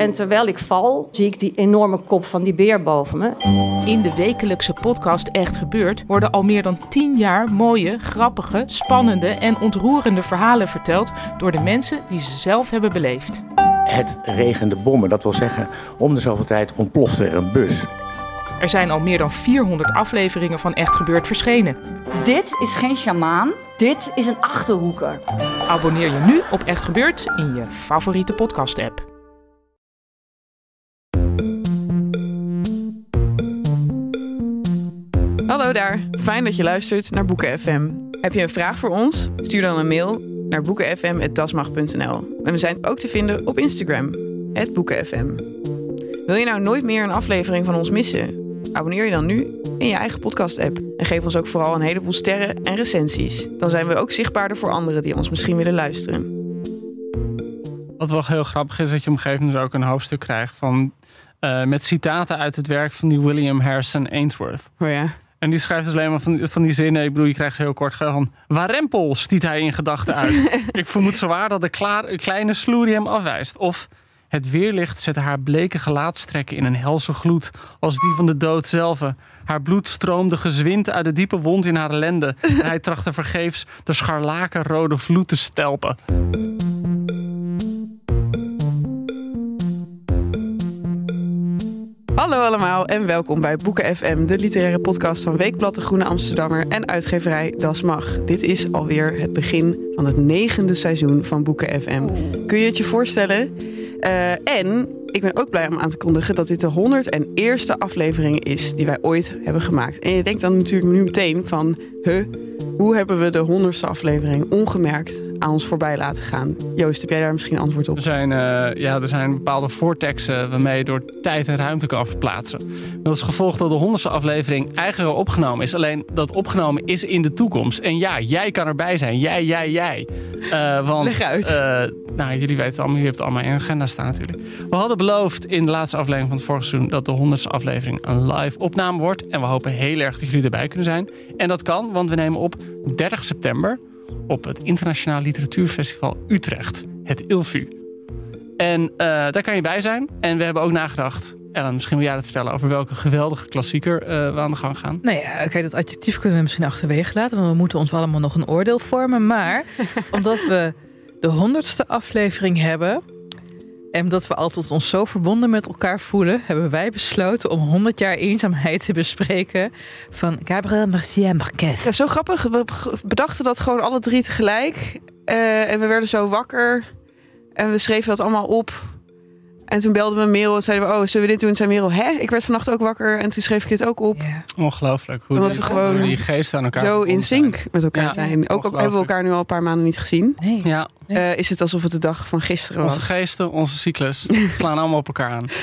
En terwijl ik val, zie ik die enorme kop van die beer boven me. In de wekelijkse podcast Echt Gebeurd worden al meer dan 10 jaar mooie, grappige, spannende en ontroerende verhalen verteld door de mensen die ze zelf hebben beleefd. Het regende bommen, dat wil zeggen, om de zoveel tijd ontplofte er een bus. Er zijn al meer dan 400 afleveringen van Echt Gebeurd verschenen. Dit is geen sjamaan, dit is een Achterhoeker. Abonneer je nu op Echt Gebeurd in je favoriete podcast-app. Hallo daar, fijn dat je luistert naar Boeken FM. Heb je een vraag voor ons? Stuur dan een mail naar boekenfm@dasmag.nl. En we zijn ook te vinden op Instagram, @boekenfm. Wil je nou nooit meer een aflevering van ons missen? Abonneer je dan nu in je eigen podcast-app. En geef ons ook vooral een heleboel sterren en recensies. Dan zijn we ook zichtbaarder voor anderen die ons misschien willen luisteren. Wat wel heel grappig is, dat je op een gegeven moment ook een hoofdstuk krijgt van met citaten uit het werk van die William Harrison Ainsworth. Oh ja. En die schrijft dus alleen maar van die zinnen. Ik bedoel, je krijgt ze heel kort van... Warempel, stiet hij in gedachten uit. Ik vermoed zowaar dat de kleine sloerie hem afwijst. Of het weerlicht zette haar bleke gelaatstrekken in een helse gloed... als die van de dood zelf. Haar bloed stroomde gezwind uit de diepe wond in haar lende. En hij trachtte vergeefs de scharlakenrode vloed te stelpen. Hallo allemaal en welkom bij Boeken FM, de literaire podcast van Weekblad De Groene Amsterdammer en uitgeverij Das Mag. Dit is alweer het begin van het 9e seizoen van Boeken FM. Kun je het je voorstellen? En ik ben ook blij om aan te kondigen dat dit de 101ste aflevering is die wij ooit hebben gemaakt. En je denkt dan natuurlijk nu meteen van, hoe hebben we de 100ste aflevering ongemerkt aan ons voorbij laten gaan? Joost, heb jij daar misschien een antwoord op? Er zijn bepaalde vortexen waarmee je door tijd en ruimte kan verplaatsen. Dat is gevolg dat de 100ste aflevering eigenlijk al opgenomen is. Alleen dat opgenomen is in de toekomst. En ja, jij kan erbij zijn. Jij. Want, leg uit. Jullie weten het allemaal, jullie hebben het allemaal in je agenda staan natuurlijk. We hadden beloofd in de laatste aflevering van het vorige seizoen dat de 100ste aflevering een live opname wordt. En we hopen heel erg dat jullie erbij kunnen zijn. En dat kan, want we nemen op 30 september op het Internationaal Literatuurfestival Utrecht, het ILFU. En daar kan je bij zijn. En we hebben ook nagedacht, Ellen, misschien wil jij het vertellen over welke geweldige klassieker we aan de gang gaan. Nou ja, kijk, dat adjectief kunnen we misschien achterwege laten, want we moeten ons allemaal nog een oordeel vormen. Maar omdat we de 100ste aflevering hebben en dat we altijd ons zo verbonden met elkaar voelen, hebben wij besloten om 100 jaar eenzaamheid te bespreken van Gabriel García Márquez. Ja, zo grappig. We bedachten dat gewoon alle drie tegelijk. En we werden zo wakker. En we schreven dat allemaal op. En toen belden we een mail en zeiden we, zullen we dit doen? En zei Merel, ik werd vannacht ook wakker. En toen schreef ik dit ook op. Ja. Ongelooflijk. Hoe omdat we gewoon die geesten aan elkaar zo in sync met elkaar zijn. Ook hebben we elkaar nu al een paar maanden niet gezien. Nee. Ja. Is het alsof het de dag van gisteren was. Onze geesten, onze cyclus slaan allemaal op elkaar aan.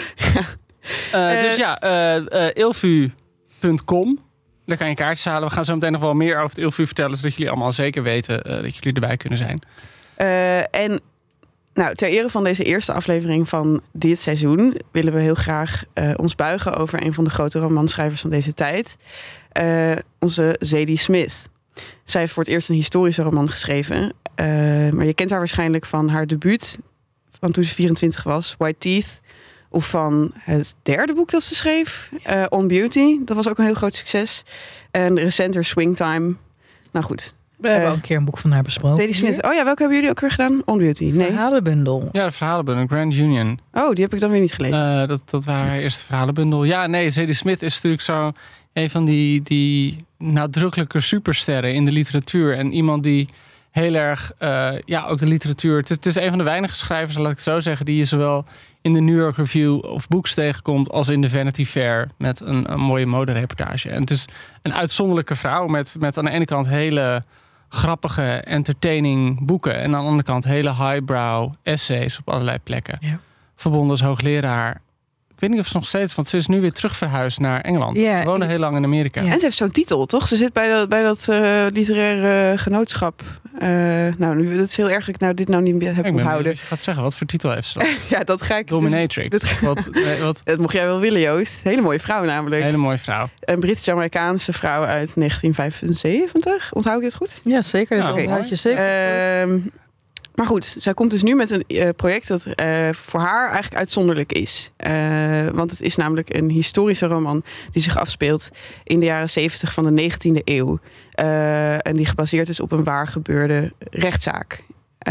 ilfu.com. Daar kan je kaartjes halen. We gaan zo meteen nog wel meer over het ILFU vertellen, zodat jullie allemaal zeker weten dat jullie erbij kunnen zijn. En ter ere van deze eerste aflevering van dit seizoen willen we heel graag ons buigen over een van de grote romanschrijvers van deze tijd. Onze Zadie Smith. Zij heeft voor het eerst een historische roman geschreven. Maar je kent haar waarschijnlijk van haar debuut van toen ze 24 was, White Teeth. Of van het derde boek dat ze schreef, On Beauty. Dat was ook een heel groot succes. En recenter Swingtime. Nou goed. We hebben ook een keer een boek van haar besproken. Zadie Smith. Oh ja, welke hebben jullie ook weer gedaan? On Beauty. Nee. Verhalenbundel. Ja, de verhalenbundel, Grand Union. Oh, die heb ik dan weer niet gelezen. Dat waren haar eerste verhalenbundel. Ja, nee, Zadie Smith is natuurlijk zo een van die nadrukkelijke supersterren in de literatuur. En iemand die heel erg, ook de literatuur. Het is een van de weinige schrijvers, laat ik het zo zeggen, die je zowel in de New York Review of Books tegenkomt als in de Vanity Fair met een mooie modereportage. En het is een uitzonderlijke vrouw met aan de ene kant hele grappige, entertaining boeken en aan de andere kant hele highbrow essays op allerlei plekken. Ja. Verbonden als hoogleraar. Ik weet niet of ze nog steeds, want ze is nu weer terug verhuisd naar Engeland. Ja, ze woonde heel lang in Amerika. Ja. En ze heeft zo'n titel, toch? Ze zit bij dat literaire genootschap. Nu, dat is heel erg dat ik dit nou niet heb onthouden. Je gaat zeggen, wat voor titel heeft ze dan? Ja, dat ga ik... Dominatrix. Wat? Dat mocht jij wel willen, Joost. Hele mooie vrouw namelijk. Hele mooie vrouw. Een Brits-Amerikaanse vrouw uit 1975. Onthoud ik dit goed? Ja, zeker. Dat onthoud je zeker. Maar goed, zij komt dus nu met een project dat voor haar eigenlijk uitzonderlijk is. Want het is namelijk een historische roman die zich afspeelt in de jaren 70 van de 19e eeuw. En die gebaseerd is op een waar gebeurde rechtszaak.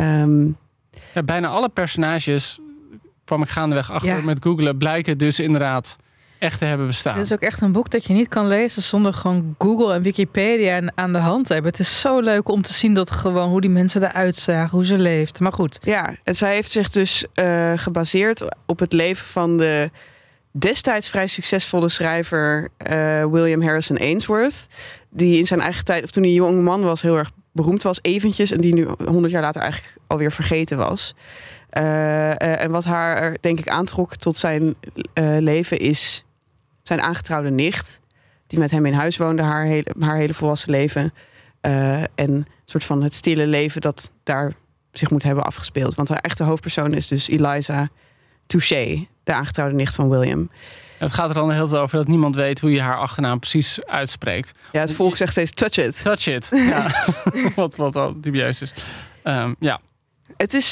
Bijna alle personages, kwam ik gaandeweg achter met googlen, blijken dus inderdaad echt te hebben bestaan. Het is ook echt een boek dat je niet kan lezen zonder gewoon Google en Wikipedia aan de hand te hebben. Het is zo leuk om te zien dat gewoon hoe die mensen eruit zagen, hoe ze leefden. Maar goed. Ja, en zij heeft zich dus gebaseerd op het leven van de destijds vrij succesvolle schrijver William Harrison Ainsworth. Die in zijn eigen tijd, of toen hij een jonge man was, heel erg beroemd was eventjes. En die nu 100 jaar later eigenlijk alweer vergeten was. En wat haar denk ik aantrok tot zijn leven is zijn aangetrouwde nicht. Die met hem in huis woonde haar hele volwassen leven. En een soort van het stille leven dat daar zich moet hebben afgespeeld. Want haar echte hoofdpersoon is dus Eliza Touché, de aangetrouwde nicht van William. Het gaat er dan heel veel over dat niemand weet hoe je haar achternaam precies uitspreekt. Ja, het volk zegt steeds touch it. Touch it, ja. wat al dubieus is. Ja. Het is...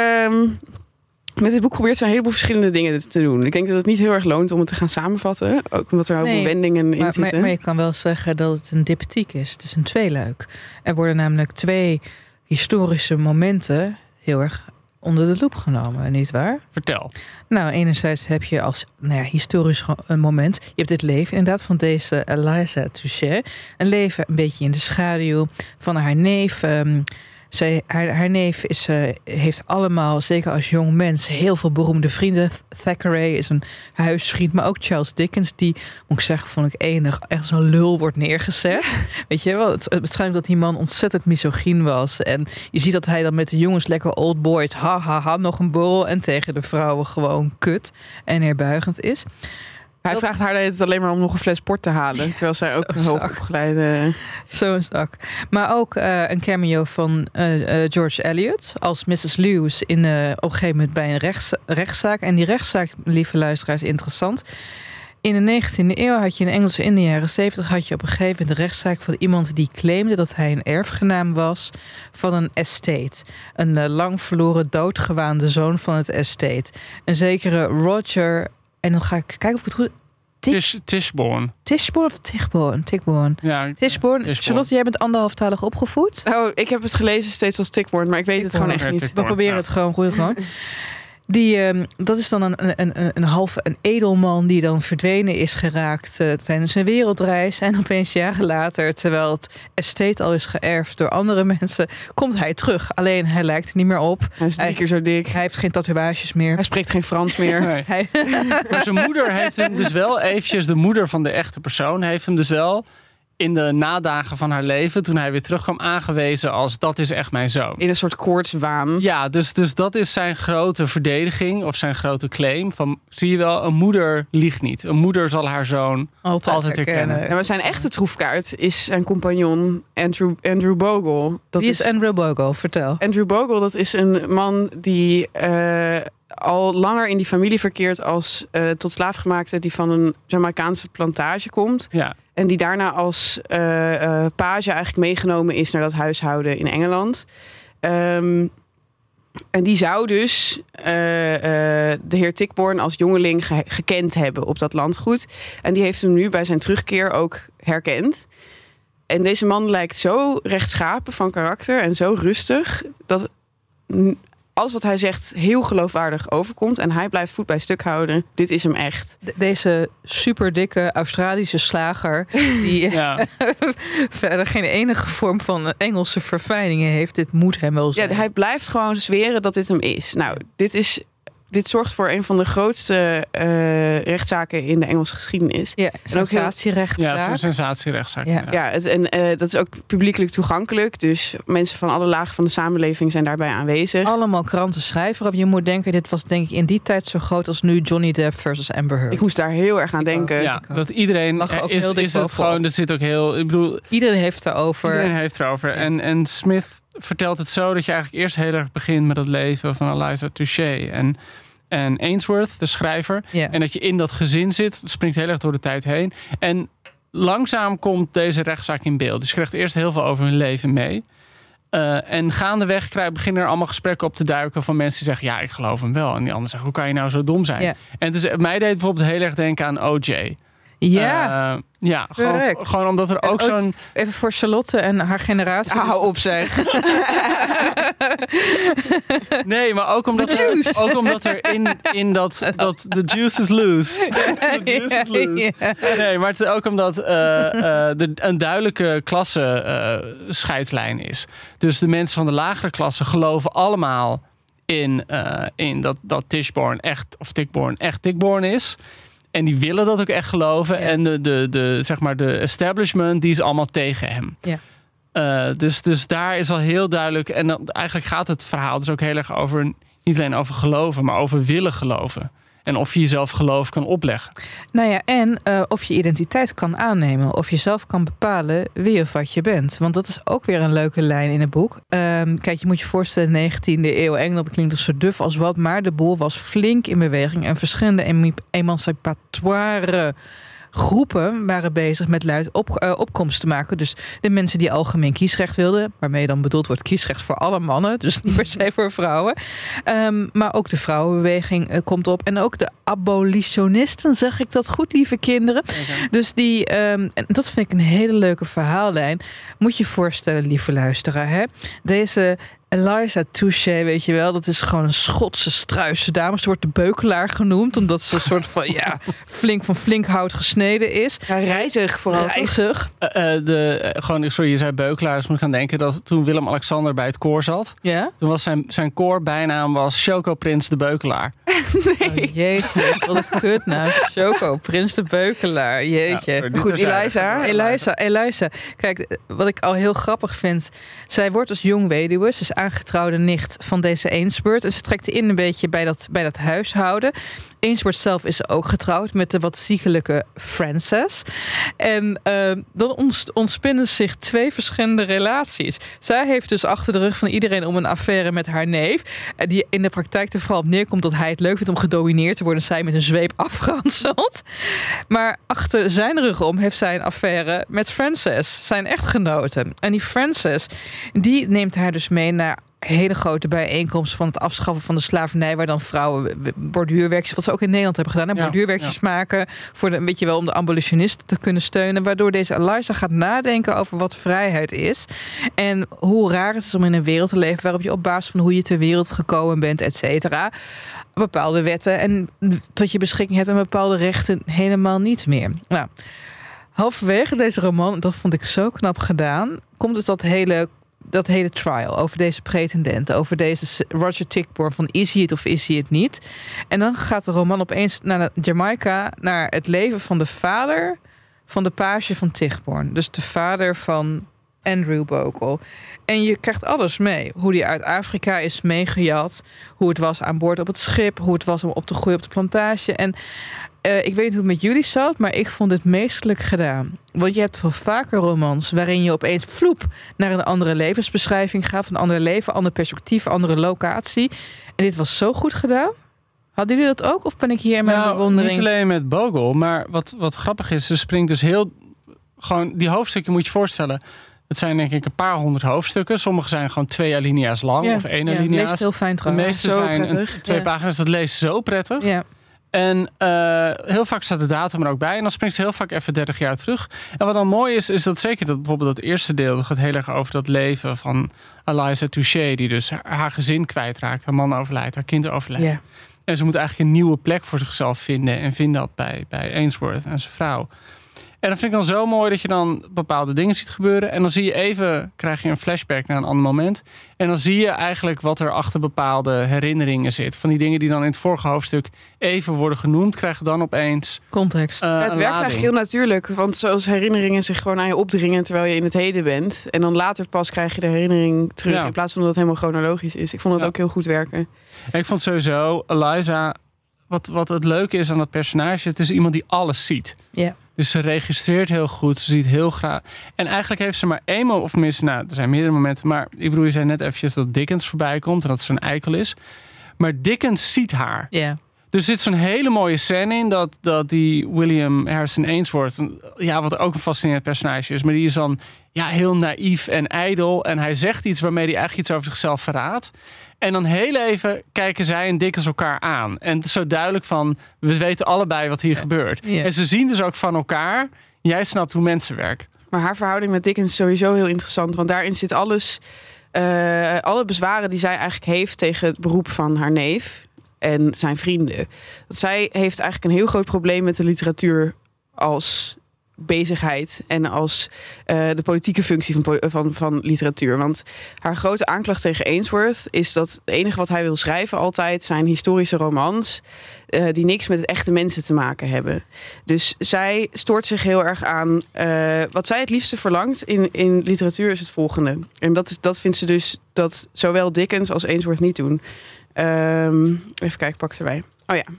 met dit boek probeert ze een heleboel verschillende dingen te doen. Ik denk dat het niet heel erg loont om het te gaan samenvatten. Ook omdat er heel veel wendingen in zitten. Maar je kan wel zeggen dat het een diptyque is. Het is een tweeluik. Er worden namelijk 2 historische momenten heel erg onder de loep genomen, nietwaar? Vertel. Nou, enerzijds heb je als historisch moment, je hebt het leven inderdaad van deze Eliza Touché. Een leven een beetje in de schaduw van haar neef. Haar neef heeft allemaal, zeker als jong mens, heel veel beroemde vrienden. Thackeray is een huisvriend, maar ook Charles Dickens, die, moet ik zeggen, vond ik enig, echt zo'n lul wordt neergezet. Weet je wel, het waarschijnlijk dat die man ontzettend misogyn was. En je ziet dat hij dan met de jongens lekker old boys, nog een borrel, en tegen de vrouwen gewoon kut en neerbuigend is. Hij vraagt haar het alleen maar om nog een fles port te halen. Terwijl zij ook een hoogopgeleide... Zo'n zak. Maar ook een cameo van George Eliot als Mrs. Lewis op een gegeven moment bij een rechtszaak. En die rechtszaak, lieve luisteraars, is interessant. In de 19e eeuw had je in de jaren 70 had je op een gegeven moment een rechtszaak van iemand die claimde dat hij een erfgenaam was van een estate. Een lang verloren, doodgewaande zoon van het estate. Een zekere Roger... En dan ga ik kijken of ik het goed... Tichborne. Tichborne of Tichborne? Ja, Tichborne. Charlotte, jij bent anderhalftalig opgevoed. Oh, ik heb het gelezen steeds als Tichborne, maar ik weet het gewoon echt niet. We proberen het gewoon. Dat is dan een edelman die dan verdwenen is geraakt tijdens zijn wereldreis. En opeens jaren later, terwijl het estate al is geërfd door andere mensen, komt hij terug. Alleen hij lijkt er niet meer op. Hij is 3 keer zo dik. Hij heeft geen tatoeages meer. Hij spreekt geen Frans meer. Nee. Maar zijn moeder heeft hem dus wel eventjes, de moeder van de echte persoon, heeft hem dus wel in de nadagen van haar leven, toen hij weer terugkwam, aangewezen als dat is echt mijn zoon. In een soort koortswaan. Ja, dus dat is zijn grote verdediging of zijn grote claim. Van, zie je wel, een moeder liegt niet. Een moeder zal haar zoon altijd herkennen. En zijn echte troefkaart is zijn compagnon Andrew Bogle. Wie is Andrew Bogle? Vertel. Andrew Bogle, dat is een man die al langer in die familie verkeert als tot slaafgemaakte die van een Jamaicaanse plantage komt. Ja. En die daarna als page eigenlijk meegenomen is naar dat huishouden in Engeland. En die zou dus de heer Tichborne als jongeling gekend hebben op dat landgoed. En die heeft hem nu bij zijn terugkeer ook herkend. En deze man lijkt zo rechtschapen van karakter en zo rustig dat alles wat hij zegt heel geloofwaardig overkomt. En hij blijft voet bij stuk houden. Dit is hem echt. Deze super dikke Australische slager die verder geen enige vorm van Engelse verfijningen heeft. Dit moet hem wel zijn. Ja, hij blijft gewoon zweren dat dit hem is. Nou, dit zorgt voor een van de grootste rechtszaken in de Engelse geschiedenis. Ja, sensatierechtszaak. Ja, een sensatierechtszaak. Ja, dat is ook publiekelijk toegankelijk. Dus mensen van alle lagen van de samenleving zijn daarbij aanwezig. Allemaal kranten schrijven. Je moet denken, dit was denk ik in die tijd zo groot als nu Johnny Depp versus Amber Heard. Ik moest daar heel erg aan denken. Ja, dat iedereen is het gewoon. Dat zit ook heel. Ik bedoel, iedereen heeft het erover. Iedereen heeft het erover. En Smith vertelt het zo dat je eigenlijk eerst heel erg begint met het leven van Eliza Touché en Ainsworth, de schrijver. Ja. En dat je in dat gezin zit. Het springt heel erg door de tijd heen. En langzaam komt deze rechtszaak in beeld. Dus je krijgt eerst heel veel over hun leven mee. En gaandeweg beginnen er allemaal gesprekken op te duiken van mensen die zeggen, ja, ik geloof hem wel. En die anderen zeggen, hoe kan je nou zo dom zijn? Ja. En mij deed bijvoorbeeld heel erg denken aan OJ. Ja, gewoon omdat er ook zo'n... Even voor Charlotte en haar generatie. Hou op zeg. Nee, maar ook omdat er in dat the juice is loose. The juice is loose. Nee, maar het is ook omdat een duidelijke klasse scheidslijn is. Dus de mensen van de lagere klasse geloven allemaal in dat Tichborne echt Tichborne is. En die willen dat ook echt geloven. Ja. En de establishment, die is allemaal tegen hem. Ja. Dus daar is al heel duidelijk... En dan, eigenlijk gaat het verhaal dus ook heel erg over... niet alleen over geloven, maar over willen geloven. En of je jezelf geloof kan opleggen. Nou ja, en of je identiteit kan aannemen. Of je zelf kan bepalen wie of wat je bent. Want dat is ook weer een leuke lijn in het boek. Kijk, je moet je voorstellen, 19e eeuw Engeland klinkt dus zo duf als wat. Maar de boel was flink in beweging. En verschillende emancipatoire groepen waren bezig met luid opkomst te maken. Dus de mensen die algemeen kiesrecht wilden, waarmee dan bedoeld wordt kiesrecht voor alle mannen, dus niet per se voor vrouwen. Maar ook de vrouwenbeweging komt op. En ook de abolitionisten, zeg ik dat goed, lieve kinderen? Okay. Dus en dat vind ik een hele leuke verhaallijn. Moet je voorstellen, lieve luisteraar, hè? Deze Eliza Touché, weet je wel, dat is gewoon een Schotse struise dame. Ze wordt de beukelaar genoemd, omdat ze een soort van, van flink hout gesneden is. Ja, rijzig vooral. Rijzig. Je zei beukelaar, dus moet ik gaan denken dat toen Willem-Alexander bij het koor zat, toen was zijn koorbijnaam was Choco Prins de Beukelaar. Nee. Oh, jezus, wat een kut nou. Choco Prins de Beukelaar, jeetje. Ja, goed, Eliza. Kijk, wat ik al heel grappig vind, zij wordt als jong weduwe, ze is aangetrouwde nicht van deze Ainsworth. En ze trekt in een beetje bij dat huishouden. Ainsworth zelf is ook getrouwd met de wat ziekelijke Frances. En dan ontspinnen zich 2 verschillende relaties. Zij heeft dus achter de rug van iedereen om een affaire met haar neef. Die in de praktijk er vooral op neerkomt dat hij het leuk vindt om gedomineerd te worden. Zij met een zweep afgehanseld. Maar achter zijn rug om heeft zij een affaire met Frances, zijn echtgenote. En die Frances, die neemt haar dus mee naar hele grote bijeenkomst van het afschaffen van de slavernij, waar dan vrouwen borduurwerkjes, wat ze ook in Nederland hebben gedaan, borduurwerkjes maken voor om de abolitionisten te kunnen steunen, waardoor deze Eliza gaat nadenken over wat vrijheid is en hoe raar het is om in een wereld te leven waarop je op basis van hoe je ter wereld gekomen bent, et cetera, bepaalde wetten en tot je beschikking hebt en bepaalde rechten helemaal niet meer. Nou, halverwege deze roman, dat vond ik zo knap gedaan, komt dus dat hele trial over deze pretendent, over deze Roger Tichborne, van is hij het of is hij het niet? En dan gaat de roman opeens naar Jamaica, naar het leven van de vader van de page van Tichborne. Dus de vader van Andrew Bogle. En je krijgt alles mee. Hoe die uit Afrika is meegejat, hoe het was aan boord op het schip, hoe het was om op te groeien op de plantage. En ik weet niet hoe het met jullie zat, maar ik vond het meestelijk gedaan. Want je hebt wel vaker romans waarin je opeens naar een andere levensbeschrijving gaat, een ander leven, ander perspectief, andere locatie. En dit was zo goed gedaan. Hadden jullie dat ook? Of ben ik hier in mijn bewondering? Niet alleen met Bogle, maar wat grappig is, ze springt dus gewoon die hoofdstukken moet je voorstellen. Het zijn denk ik een paar 100 hoofdstukken. Sommige zijn gewoon 2 alinea's lang of 1 alinea. Het leest heel fijn trouwens. De meeste zijn 2 pagina's. Dat leest zo prettig. Ja. En heel vaak staat de datum er ook bij. En dan springt ze heel vaak even 30 jaar terug. En wat dan mooi is dat zeker dat bijvoorbeeld dat eerste deel, dat gaat heel erg over dat leven van Eliza Touché, die dus haar gezin kwijtraakt. Haar man overlijdt, haar kind overlijdt. Yeah. En ze moet eigenlijk een nieuwe plek voor zichzelf vinden. En vindt dat bij Ainsworth en zijn vrouw. En dat vind ik dan zo mooi dat je dan bepaalde dingen ziet gebeuren. En dan krijg je een flashback naar een ander moment. En dan zie je eigenlijk wat er achter bepaalde herinneringen zit. Van die dingen die dan in het vorige hoofdstuk even worden genoemd, krijgen dan opeens context. Het werkt eigenlijk heel natuurlijk. Want zoals herinneringen zich gewoon aan je opdringen terwijl je in het heden bent. En dan later pas krijg je de herinnering terug in plaats van dat het helemaal chronologisch is. Ik vond dat ook heel goed werken. En ik vond sowieso Eliza, wat het leuke is aan dat personage, het is iemand die alles ziet. Ja. Dus ze registreert heel goed, ze ziet heel graag. En eigenlijk heeft ze maar één moment, of tenminste, er zijn meerdere momenten, maar ik bedoel, je zei net eventjes dat Dickens voorbij komt en dat ze een eikel is. Maar Dickens ziet haar. Yeah. er zit zo'n hele mooie scène in dat die William Harrison Ainsworth, wat ook een fascinerend personage is, maar die is dan heel naïef en ijdel. En hij zegt iets waarmee hij eigenlijk iets over zichzelf verraadt. En dan heel even kijken zij en Dickens elkaar aan. En het is zo duidelijk van, we weten allebei wat hier gebeurt. Ja. En ze zien dus ook van elkaar, jij snapt hoe mensen werken. Maar haar verhouding met Dickens is sowieso heel interessant. Want daarin zit alles, alle bezwaren die zij eigenlijk heeft tegen het beroep van haar neef en zijn vrienden. Dat zij heeft eigenlijk een heel groot probleem met de literatuur als bezigheid en als de politieke functie van literatuur. Want haar grote aanklacht tegen Ainsworth is dat het enige wat hij wil schrijven altijd zijn historische romans die niks met echte mensen te maken hebben. Dus zij stoort zich heel erg aan wat zij het liefste verlangt in literatuur is het volgende. En dat vindt ze dus dat zowel Dickens als Ainsworth niet doen. Even kijken, pak erbij. Oh ja.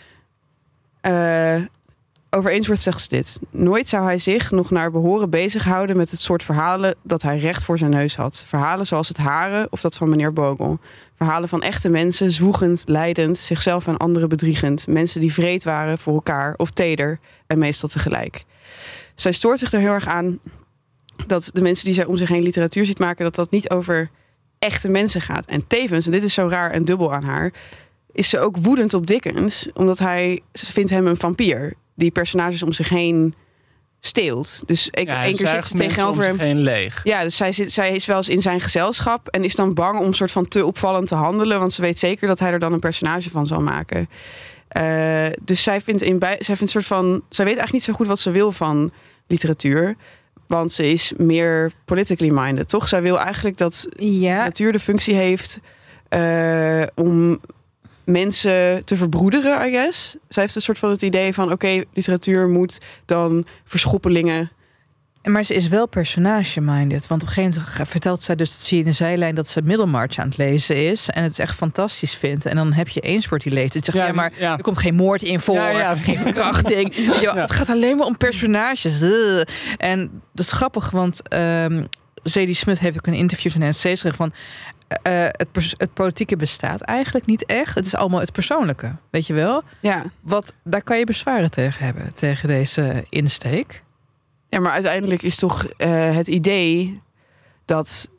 Over Ainsworth zegt ze dit. Nooit zou hij zich nog naar behoren bezighouden met het soort verhalen dat hij recht voor zijn neus had. Verhalen zoals het hare of dat van meneer Bogle. Verhalen van echte mensen, zwoegend, lijdend, zichzelf en anderen bedriegend. Mensen die wreed waren voor elkaar of teder en meestal tegelijk. Zij stoort zich er heel erg aan dat de mensen die zij om zich heen literatuur ziet maken, dat niet over echte mensen gaat. En tevens, en dit is zo raar en dubbel aan haar, is ze ook woedend op Dickens, omdat ze vindt hem een vampier die personages om zich heen steelt. Dus één keer zit ze tegenover hem. Geen leeg. Ja, dus zij is wel eens in zijn gezelschap en is dan bang om soort van te opvallend te handelen, want ze weet zeker dat hij er dan een personage van zal maken. Dus zij weet eigenlijk niet zo goed wat ze wil van literatuur, want ze is meer politically minded, toch? Zij wil eigenlijk dat literatuur de functie heeft om mensen te verbroederen, I guess. Zij heeft een soort van het idee van, oké, literatuur moet dan verschoppelingen. Maar ze is wel personage-minded. Want op een gegeven moment vertelt zij dus, dat zie je in de zijlijn, dat ze Middlemarch aan het lezen is. En het echt fantastisch vindt. En dan heb je Ainsworth die leest. Het zegt, maar er komt geen moord in voor. Geen verkrachting. Het gaat alleen maar om personages. En dat is grappig, want Zadie Smith heeft ook een interview van NRC geschreven van, het politieke bestaat eigenlijk niet echt. Het is allemaal het persoonlijke, weet je wel? Ja. Daar kan je bezwaren tegen hebben, tegen deze insteek. Ja, maar uiteindelijk is toch het idee dat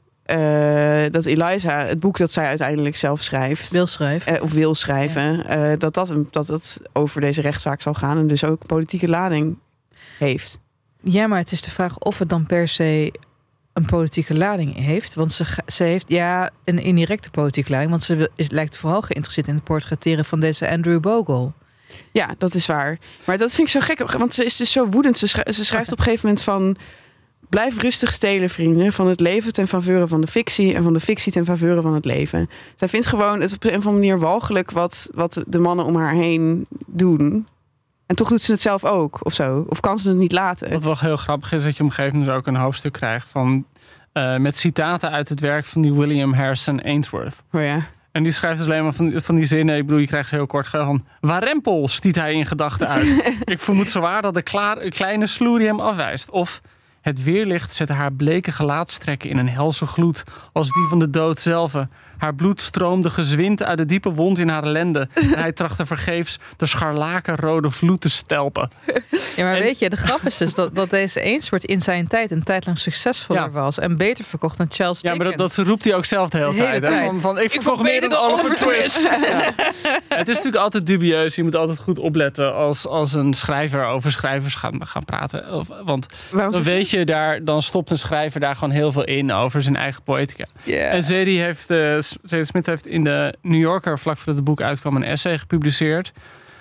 Eliza, het boek dat zij uiteindelijk zelf schrijft, wil schrijven, dat het over deze rechtszaak zal gaan en dus ook politieke lading heeft. Ja, maar het is de vraag of het dan per se een politieke lading heeft. Want ze heeft een indirecte politieke lading, want ze lijkt vooral geïnteresseerd in het portretteren van deze Andrew Bogle. Ja, dat is waar. Maar dat vind ik zo gek, want ze is dus zo woedend. Ze schrijft op een gegeven moment van, blijf rustig stelen, vrienden, van het leven ten faveur van de fictie en van de fictie ten faveur van het leven. Zij vindt gewoon het op een of andere manier walgelijk wat de mannen om haar heen doen. En toch doet ze het zelf ook, of zo. Of kan ze het niet laten. Wat wel heel grappig is, dat je op een gegeven moment ook een hoofdstuk krijgt van met citaten uit het werk van die William Harrison Ainsworth. Oh ja. En die schrijft dus alleen maar van die zinnen. Ik bedoel, je krijgt ze heel kort van, waarempel, stiet hij in gedachten uit. Ik vermoed zowaar dat de kleine sloerie hem afwijst. Of het weerlicht zette haar bleke gelaatstrekken in een helse gloed, als die van de dood zelf. Haar bloed stroomde gezwind uit de diepe wond in haar lende. En hij trachtte vergeefs de scharlakenrode vloed te stelpen. Ja, maar weet je, de grap is dus dat deze Ainsworth in zijn tijd een tijd lang succesvoller was en beter verkocht dan Charles Dickens. Ja, maar dat roept hij ook zelf de hele tijd. Van, ik verkocht meer dan Oliver Twist. Ja. Het is natuurlijk altijd dubieus. Je moet altijd goed opletten als een schrijver over schrijvers gaan praten. Want dan weet je, dan stopt een schrijver daar gewoon heel veel in over zijn eigen poëtica. Yeah. En Zadie Smith heeft in de New Yorker, vlak voordat het boek uitkwam, een essay gepubliceerd.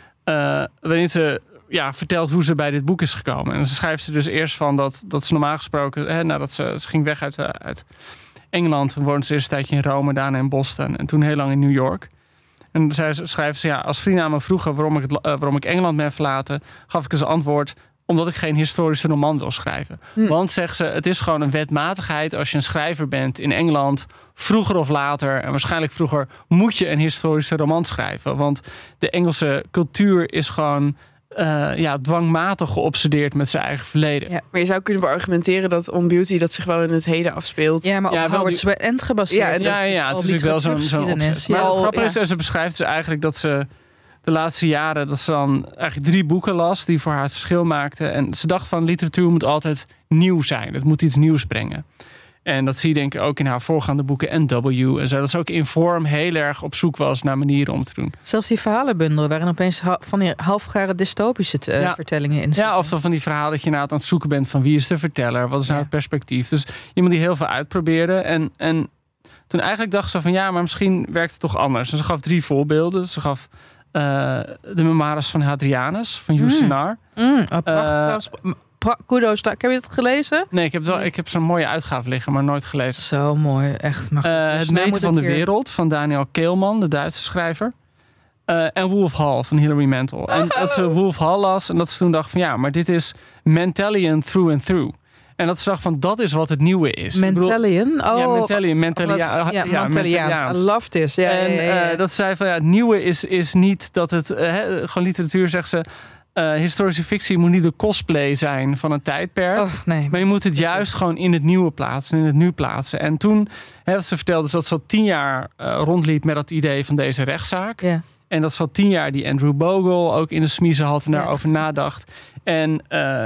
Waarin ze vertelt hoe ze bij dit boek is gekomen. En ze schrijft ze dus eerst van dat ze normaal gesproken, nadat ze ging weg uit Engeland, woonde ze eerst een tijdje in Rome, daarna in Boston en toen heel lang in New York. En schrijft ze, als vrienden aan me vroegen waarom ik Engeland ben verlaten, gaf ik als antwoord, omdat ik geen historische roman wil schrijven. Want, zegt ze, het is gewoon een wetmatigheid als je een schrijver bent in Engeland, vroeger of later, en waarschijnlijk vroeger, moet je een historische roman schrijven. Want de Engelse cultuur is gewoon dwangmatig geobsedeerd met zijn eigen verleden. Ja, maar je zou kunnen beargumenteren dat On Beauty dat zich wel in het heden afspeelt. Ja, maar op Howard End gebaseerd. Ja, het is natuurlijk wel zo'n opzet. Maar het grappige is, ze beschrijft dus eigenlijk dat de laatste jaren dat ze dan eigenlijk 3 boeken las die voor haar het verschil maakten. En ze dacht van literatuur moet altijd nieuw zijn. Het moet iets nieuws brengen. En dat zie je denk ik ook in haar voorgaande boeken NW en zo. Dat ze ook in vorm heel erg op zoek was naar manieren om te doen. Zelfs die verhalenbundel waarin opeens van die halfgare dystopische vertellingen in zitten. Ja, of dan van die verhalen dat je aan het zoeken bent van wie is de verteller, wat is nou het perspectief. Dus iemand die heel veel uitprobeerde. En toen eigenlijk dacht ze van ja, maar misschien werkt het toch anders. En ze gaf 3 voorbeelden. Ze gaf de memoires van Hadrianus, van Yourcenar. Kudos, heb je het gelezen? Nee, ik heb zo'n mooie uitgave liggen, maar nooit gelezen. Zo mooi, echt. Het meten van de wereld van Daniel Keelman, de Duitse schrijver. En Wolf Hall van Hilary Mantel. En dat ze Wolf Hall las en dat ze toen dacht van ja, maar dit is Mentalian through and through. En dat ze dacht van dat is wat het nieuwe is. Mentalian? Mentaliaans. I love this. Ja, dat zei van ja, het nieuwe is niet dat het gewoon literatuur, zegt ze. Historische fictie moet niet de cosplay zijn van een tijdperk. Nee. Maar je moet het juist gewoon in het nieuwe plaatsen, in het nu plaatsen. En toen, wat ze vertelde, is dat ze al 10 jaar rondliep met dat idee van deze rechtszaak. Ja. En dat ze al 10 jaar die Andrew Bogle ook in de smiezen had en daarover nadacht. En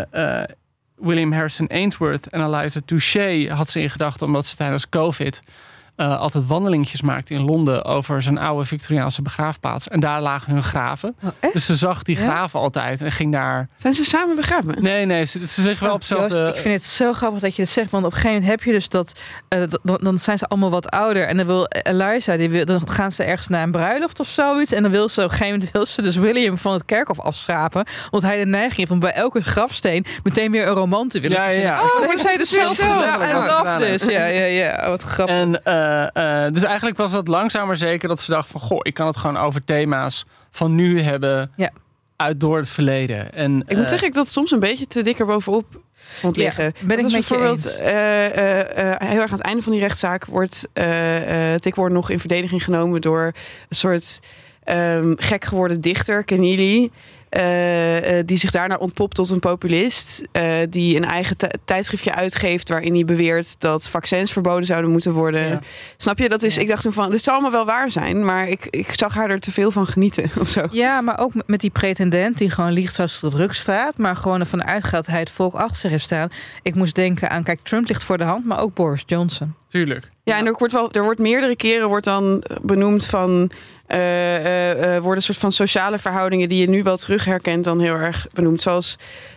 William Harrison Ainsworth en Eliza Touché had ze in gedachten omdat ze tijdens COVID altijd wandelingetjes maakte in Londen over zijn oude Victoriaanse begraafplaats. En daar lagen hun graven. Dus ze zag die graven altijd en ging daar... Zijn ze samen begraven? Nee, ze zeggen wel op hetzelfde... Joost, ik vind het zo grappig dat je het zegt. Want op een gegeven moment heb je dus dat... dan zijn ze allemaal wat ouder. En dan wil Eliza, dan gaan ze ergens naar een bruiloft of zoiets. En dan wil ze op een gegeven moment dus William van het kerkhof afschrapen. Want hij de neiging heeft om bij elke grafsteen meteen weer een roman te willen verzinnen. Ja. Oh, dat heeft zij dus zelf gedaan. I love this. Ja, wat grappig. En dus eigenlijk was het langzaam maar zeker dat ze dacht van goh, ik kan het gewoon over thema's van nu hebben uit door het verleden. En, ik moet zeggen dat soms een beetje te dikker bovenop vond liggen. Ben ik met bijvoorbeeld heel erg aan het einde van die rechtszaak wordt Tickborn nog in verdediging genomen door een soort gek geworden dichter, Keneally. Die zich daarna ontpopt tot een populist. Die een eigen tijdschriftje uitgeeft waarin hij beweert dat vaccins verboden zouden moeten worden. Ja. Snap je? Dat is, ik dacht toen van, dit zal allemaal wel waar zijn, maar ik zag haar er te veel van genieten of zo. Ja, maar ook met die pretendent die gewoon liegt zoals het druk staat, maar gewoon ervan uitgaat dat hij het volk achter zich heeft staan. Ik moest denken aan, kijk, Trump ligt voor de hand, maar ook Boris Johnson. Tuurlijk. Ja, en er wordt meerdere keren dan benoemd van worden een soort van sociale verhoudingen die je nu wel terug herkent dan heel erg benoemd. Zoals,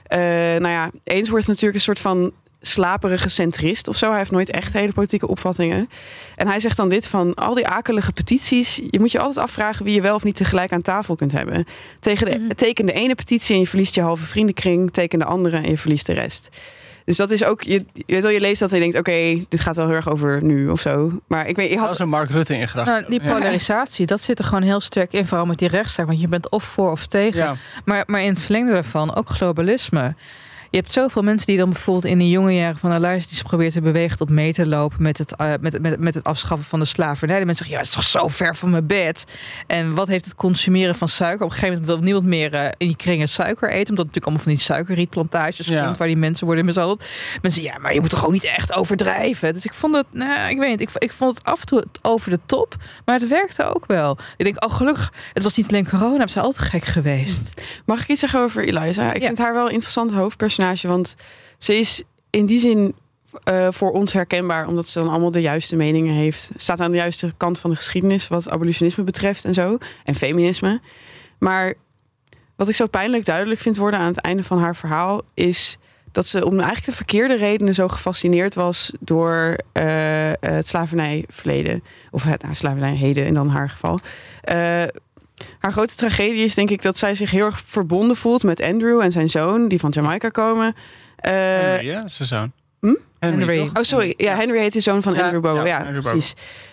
Ainsworth natuurlijk een soort van slaperige centrist of zo. Hij heeft nooit echt hele politieke opvattingen. En hij zegt dan dit van al die akelige petities. Je moet je altijd afvragen wie je wel of niet tegelijk aan tafel kunt hebben. Teken de ene petitie en je verliest je halve vriendenkring. Teken de andere en je verliest de rest. Dus dat is ook, je leest dat en je denkt, oké, dit gaat wel heel erg over nu of zo. Maar ik weet, je had... Dat is een Mark Rutte in gedachten. Nou, die polarisatie, dat zit er gewoon heel sterk in, vooral met die rechtszaak. Want je bent of voor of tegen. Ja. Maar in het verlengde daarvan ook globalisme. Je hebt zoveel mensen die dan bijvoorbeeld in de jonge jaren van Eliza die ze probeert te bewegen tot mee te lopen met het afschaffen van de slavernij. Die mensen zeggen, ja, het is toch zo ver van mijn bed. En wat heeft het consumeren van suiker? Op een gegeven moment wil niemand meer in die kringen suiker eten, omdat het natuurlijk allemaal van die suikerrietplantages komt waar die mensen worden mishandeld. Mensen zeggen, ja, maar je moet toch ook niet echt overdrijven. Dus ik vond het, ik weet niet, ik vond het af en toe over de top, maar het werkte ook wel. Ik denk, gelukkig, het was niet alleen corona, hebben ze altijd gek geweest. Mag ik iets zeggen over Eliza? Ik vind haar wel een interessant hoofdpersonage. Want ze is in die zin voor ons herkenbaar, omdat ze dan allemaal de juiste meningen heeft. Staat aan de juiste kant van de geschiedenis wat abolitionisme betreft en zo. En feminisme. Maar wat ik zo pijnlijk duidelijk vind worden aan het einde van haar verhaal is dat ze om eigenlijk de verkeerde redenen zo gefascineerd was door het slavernijverleden. Of het slavernijheden in dan haar geval. Haar grote tragedie is denk ik dat zij zich heel erg verbonden voelt met Andrew en zijn zoon, die van Jamaica komen. Henry, ja, zijn zoon. Henry. Oh, sorry. Ja, Henry heet de zoon van Andrew Bogle. Ja, precies.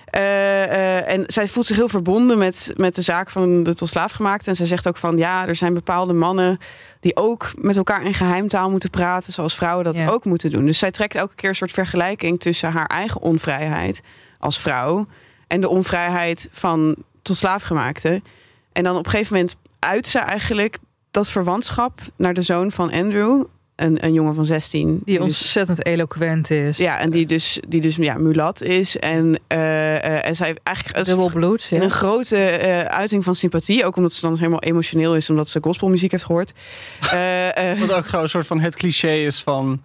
En zij voelt zich heel verbonden met de zaak van de tot slaaf gemaakt. En zij zegt ook van, ja, er zijn bepaalde mannen die ook met elkaar in geheimtaal moeten praten, zoals vrouwen dat ook moeten doen. Dus zij trekt elke keer een soort vergelijking tussen haar eigen onvrijheid als vrouw en de onvrijheid van tot slaafgemaakte. En dan op een gegeven moment uit ze eigenlijk dat verwantschap naar de zoon van Andrew, een jongen van 16. Die ontzettend eloquent is. Ja, en die dus mulat is. En En zij eigenlijk Dubbelbloed, in een grote uiting van sympathie. Ook omdat ze dan helemaal emotioneel is, omdat ze gospelmuziek heeft gehoord. Wat ook gewoon een soort van het cliché is van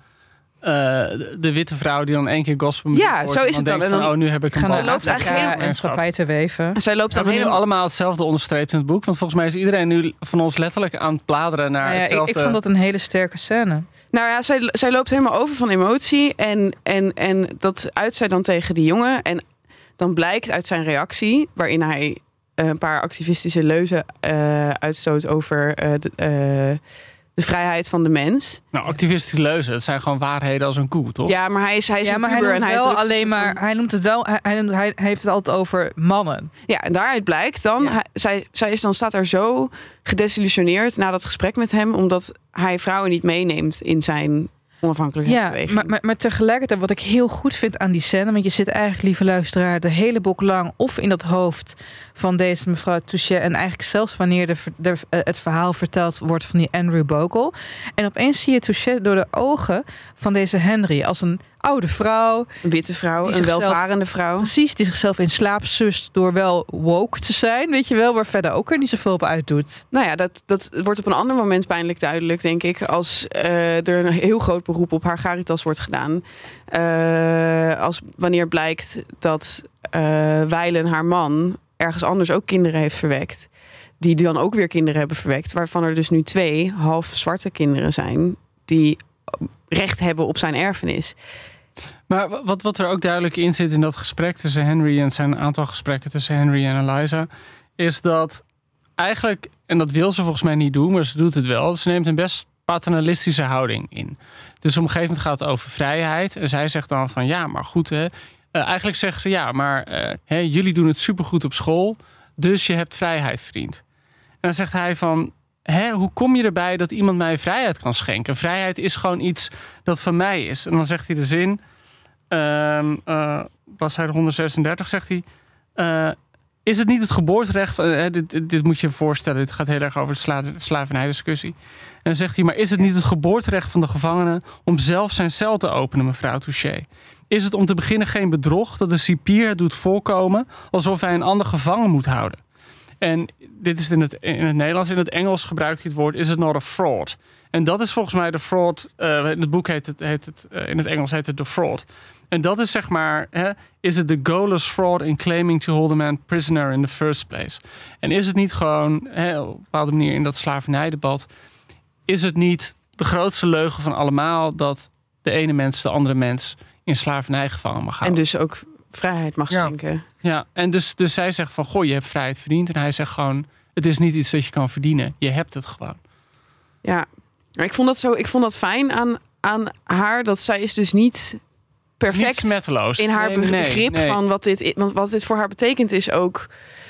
de witte vrouw die dan 1 keer gospelmuziek hoort. Zo is het dan. En dan nu heb ik een gaan bal. loopt eigenlijk en tapijt te weven. Zij loopt dan Hebben we nu helemaal... allemaal hetzelfde onderstreept in het boek? Want volgens mij is iedereen nu van ons letterlijk aan het bladeren naar hetzelfde. Ik vond dat een hele sterke scène. Nou ja, zij loopt helemaal over van emotie. En dat uit zij dan tegen die jongen. En dan blijkt uit zijn reactie, waarin hij een paar activistische leuzen uitstoot over de vrijheid van de mens. Nou, activistische leuzen, dat zijn gewoon waarheden als een koe, toch? Ja, maar hij is een maar hij puber noemt en wel alleen maar. Hij noemt het wel. Hij heeft het altijd over mannen. Ja, en daaruit blijkt dan, zij staat er zo gedesillusioneerd na dat gesprek met hem, omdat hij vrouwen niet meeneemt in zijn onafhankelijkheidsbeweging. Maar tegelijkertijd, wat ik heel goed vind aan die scène, want je zit eigenlijk, lieve luisteraar, de hele boek lang of in dat hoofd van deze mevrouw Touchet en eigenlijk zelfs wanneer het verhaal verteld wordt van die Andrew Bogle. En opeens zie je Touchet door de ogen van deze Henry als een oude vrouw. Een witte vrouw, een welvarende vrouw. Precies, die zichzelf in slaap sust door wel woke te zijn, weet je wel, maar verder ook er niet zoveel op uitdoet. Nou ja, dat wordt op een ander moment pijnlijk duidelijk, denk ik, als er een heel groot beroep op haar Caritas wordt gedaan. Als wanneer blijkt dat Wijlen, haar man, ergens anders ook kinderen heeft verwekt. Die dan ook weer kinderen hebben verwekt. Waarvan er dus nu 2 half zwarte kinderen zijn die recht hebben op zijn erfenis. Maar wat er ook duidelijk in zit in dat gesprek tussen Henry en het zijn een aantal gesprekken tussen Henry en Eliza, is dat eigenlijk, en dat wil ze volgens mij niet doen, maar ze doet het wel. Ze neemt een best paternalistische houding in. Dus op een gegeven moment gaat het over vrijheid. En zij zegt dan van ja, maar goed hè. Eigenlijk zeggen ze ja, maar jullie doen het supergoed op school. Dus je hebt vrijheid verdiend. En dan zegt hij van, hoe kom je erbij dat iemand mij vrijheid kan schenken? Vrijheid is gewoon iets dat van mij is. En dan zegt hij de zin, bladzijde 136, zegt hij, is het niet het geboorterecht van, dit moet je je voorstellen, dit gaat heel erg over de slavernijdiscussie. En dan zegt hij, maar is het niet het geboorterecht van de gevangene om zelf zijn cel te openen, mevrouw Touchet? Is het om te beginnen geen bedrog dat de cipier het doet voorkomen alsof hij een ander gevangen moet houden? En dit is in het Nederlands. In het Engels gebruikt hij het woord is it not a fraud? En dat is volgens mij de fraud. In het boek heet het in het Engels heet het de fraud. En dat is zeg maar, is het the goalless fraud in claiming to hold a man prisoner in the first place? En is het niet gewoon, op een bepaalde manier in dat slavernijdebat, is het niet de grootste leugen van allemaal dat de ene mens de andere mens in slavernij gevangen mag houden? En dus ook vrijheid mag schenken. Ja, en dus zij zegt van, goh, je hebt vrijheid verdiend. En hij zegt gewoon, het is niet iets dat je kan verdienen. Je hebt het gewoon. Ja, maar ik vond dat fijn aan haar, dat zij is dus niet perfect niet smetteloos in haar begrip van wat dit voor haar betekent, is ook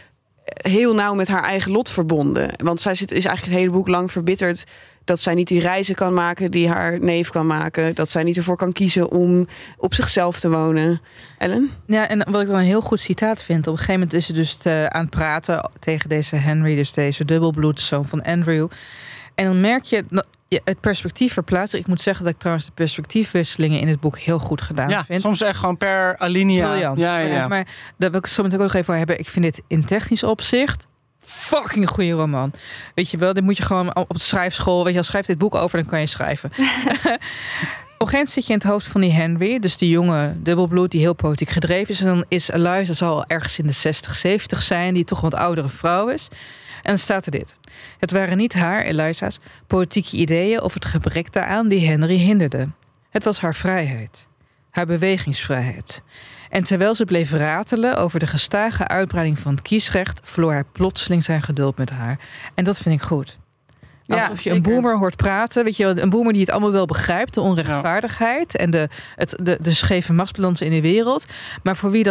heel nauw met haar eigen lot verbonden. Want zij is eigenlijk het hele boek lang verbitterd dat zij niet die reizen kan maken die haar neef kan maken. Dat zij niet ervoor kan kiezen om op zichzelf te wonen. Ellen? Ja, en wat ik dan een heel goed citaat vind. Op een gegeven moment is ze dus aan het praten tegen deze Henry, dus deze dubbelbloedzoon van Andrew. En dan merk je het perspectief verplaatsen. Ik moet zeggen dat ik trouwens de perspectiefwisselingen in het boek heel goed gedaan vind. Soms echt gewoon per alinea. Briljant. Ja. Maar daar wil ik zo meteen ook nog even voor hebben. Ik vind dit in technisch opzicht fucking goede roman. Weet je wel, dit moet je gewoon op de schrijfschool, weet je wel, schrijf dit boek over, dan kan je schrijven. Op een gegeven moment zit je in het hoofd van die Henry, dus die jonge dubbelbloed die heel politiek gedreven is. En dan is Eliza, zal ergens in de 60, 70 zijn, die toch een wat oudere vrouw is. En dan staat er dit. Het waren niet haar, Eliza's, politieke ideeën of het gebrek daaraan die Henry hinderde. Het was haar vrijheid. Haar bewegingsvrijheid. En terwijl ze bleef ratelen over de gestage uitbreiding van het kiesrecht, verloor hij plotseling zijn geduld met haar. En dat vind ik goed. Alsof je een boomer hoort praten. Weet je, een boomer die het allemaal wel begrijpt. De onrechtvaardigheid en de scheve machtsbalans in de wereld. Maar voor wie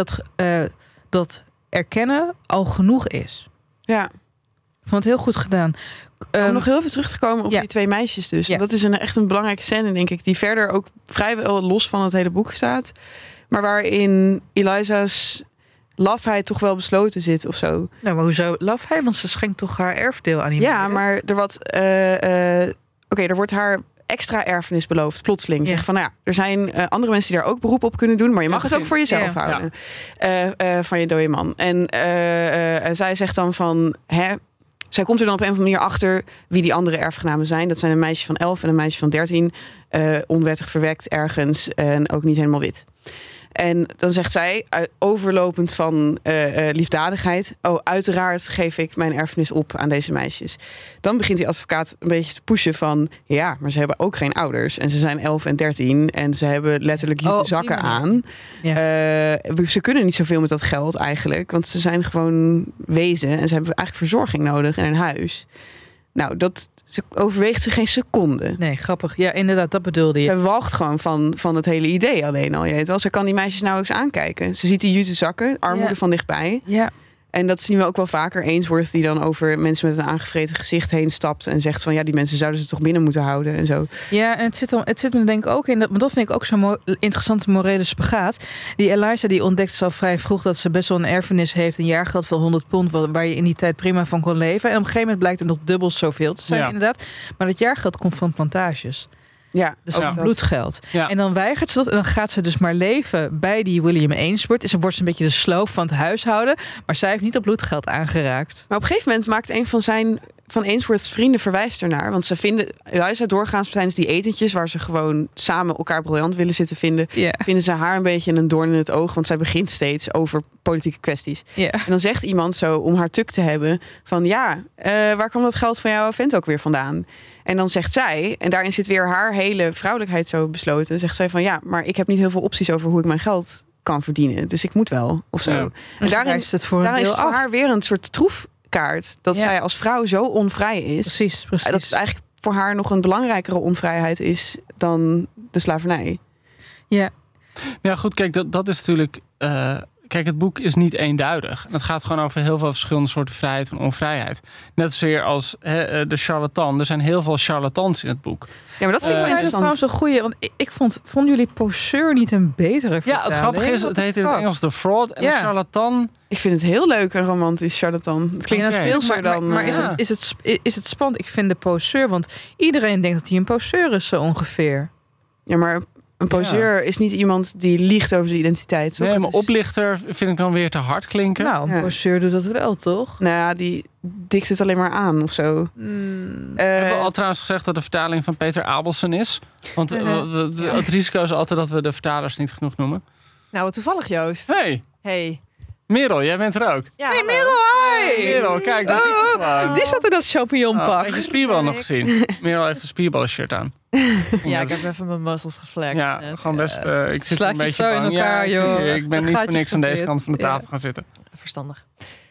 dat erkennen al genoeg is. Ja. Ik vond het heel goed gedaan. Om nog heel even terug te komen op die 2 meisjes dus. Ja. Dat is echt een belangrijke scène, denk ik. Die verder ook vrijwel los van het hele boek staat. Maar waarin Eliza's lafheid toch wel besloten zit of zo. Nou, maar hoezo lafheid? Want ze schenkt toch haar erfdeel aan iemand. Ja, maar er wordt haar extra erfenis belooft, plotseling. Zeg van, er zijn andere mensen die daar ook beroep op kunnen doen, maar je mag het ook voor jezelf houden. Van je dode man. En zij zegt dan van, zij komt er dan op een of andere manier achter wie die andere erfgenamen zijn. Dat zijn een meisje van 11 en een meisje van 13. Onwettig verwekt ergens en ook niet helemaal wit. En dan zegt zij, overlopend van liefdadigheid... uiteraard geef ik mijn erfenis op aan deze meisjes. Dan begint die advocaat een beetje te pushen van... ja, maar ze hebben ook geen ouders. En ze zijn 11 en 13 en ze hebben letterlijk jute zakken aan. Ja. Ze kunnen niet zoveel met dat geld eigenlijk. Want ze zijn gewoon wezen en ze hebben eigenlijk verzorging nodig en een huis. Nou, ze overweegt ze geen seconde. Nee, grappig. Ja, inderdaad, dat bedoelde je. Zij walgt gewoon van het hele idee alleen al. Je weet wel. Ze kan die meisjes nauwelijks aankijken. Ze ziet die jute zakken, armoede van dichtbij. Ja. En dat zien we ook wel vaker. Ainsworth die dan over mensen met een aangevreten gezicht heen stapt en zegt van die mensen zouden ze toch binnen moeten houden en zo. Ja, en het zit me denk ik ook in, maar dat vind ik ook zo'n interessante morele spagaat. Die Eliza die ontdekte al vrij vroeg dat ze best wel een erfenis heeft, een jaargeld van 100 pond, waar je in die tijd prima van kon leven. En op een gegeven moment blijkt het nog dubbel zoveel te zijn inderdaad. Maar dat jaargeld komt van plantages. Ja, dus ook bloedgeld. Ja. En dan weigert ze dat en dan gaat ze dus maar leven bij die William Ainsworth. Ze wordt een beetje de sloof van het huishouden, maar zij heeft niet op bloedgeld aangeraakt. Maar op een gegeven moment maakt een van Ainsworth's vrienden verwijst ernaar, want ze vinden Eliza doorgaans tijdens die etentjes waar ze gewoon samen elkaar briljant willen zitten vinden, vinden ze haar een beetje een doorn in het oog, want zij begint steeds over politieke kwesties. En dan zegt iemand zo om haar tuk te hebben van waar kwam dat geld van jouw vent ook weer vandaan? En dan zegt zij, en daarin zit weer haar hele vrouwelijkheid zo besloten, zegt zij van maar ik heb niet heel veel opties over hoe ik mijn geld kan verdienen. Dus ik moet wel, of zo. Ja. En daarin is het voor haar weer een soort troefkaart. Dat zij als vrouw zo onvrij is. Precies. Dat het eigenlijk voor haar nog een belangrijkere onvrijheid is dan de slavernij. Ja. Ja, goed, kijk, dat is natuurlijk... Kijk, het boek is niet eenduidig. Het gaat gewoon over heel veel verschillende soorten vrijheid en onvrijheid. Net zozeer als de charlatan. Er zijn heel veel charlatans in het boek. Ja, maar dat vind ik wel interessant. Dat is trouwens een goeie, want ik vonden jullie Poseur niet een betere vertaling? Ja, het grappige is, het heet in het Engels de fraud en de charlatan. Ik vind het heel leuk, een romantisch charlatan. Het klinkt speelser dan... Maar is het spannend? Ik vind de Poseur, want iedereen denkt dat hij een poseur is zo ongeveer. Ja, maar... Een poseur is niet iemand die liegt over zijn identiteit. Toch? Nee, maar oplichter vind ik dan weer te hard klinken. Nou, een poseur doet dat wel, toch? Nou ja, die dikt het alleen maar aan of zo. We hebben al trouwens gezegd dat de vertaling van Peter Abelson is. Want het risico is altijd dat we de vertalers niet genoeg noemen. Nou, wat toevallig, Joost. Hey. Merel, jij bent er ook. Ja, hey Merel, hi! Merel, kijk, daar zit ze gewoon. Die zat in dat champignonpak. Heb je spierbal nog gezien? Merel heeft een spierballen-shirt aan. Ja, ik heb even mijn muscles geflext. Ja, gewoon best... ik zit een beetje bang. In elkaar, joh. Ik ben niet voor niks aan deze kant van de tafel gaan zitten. Verstandig.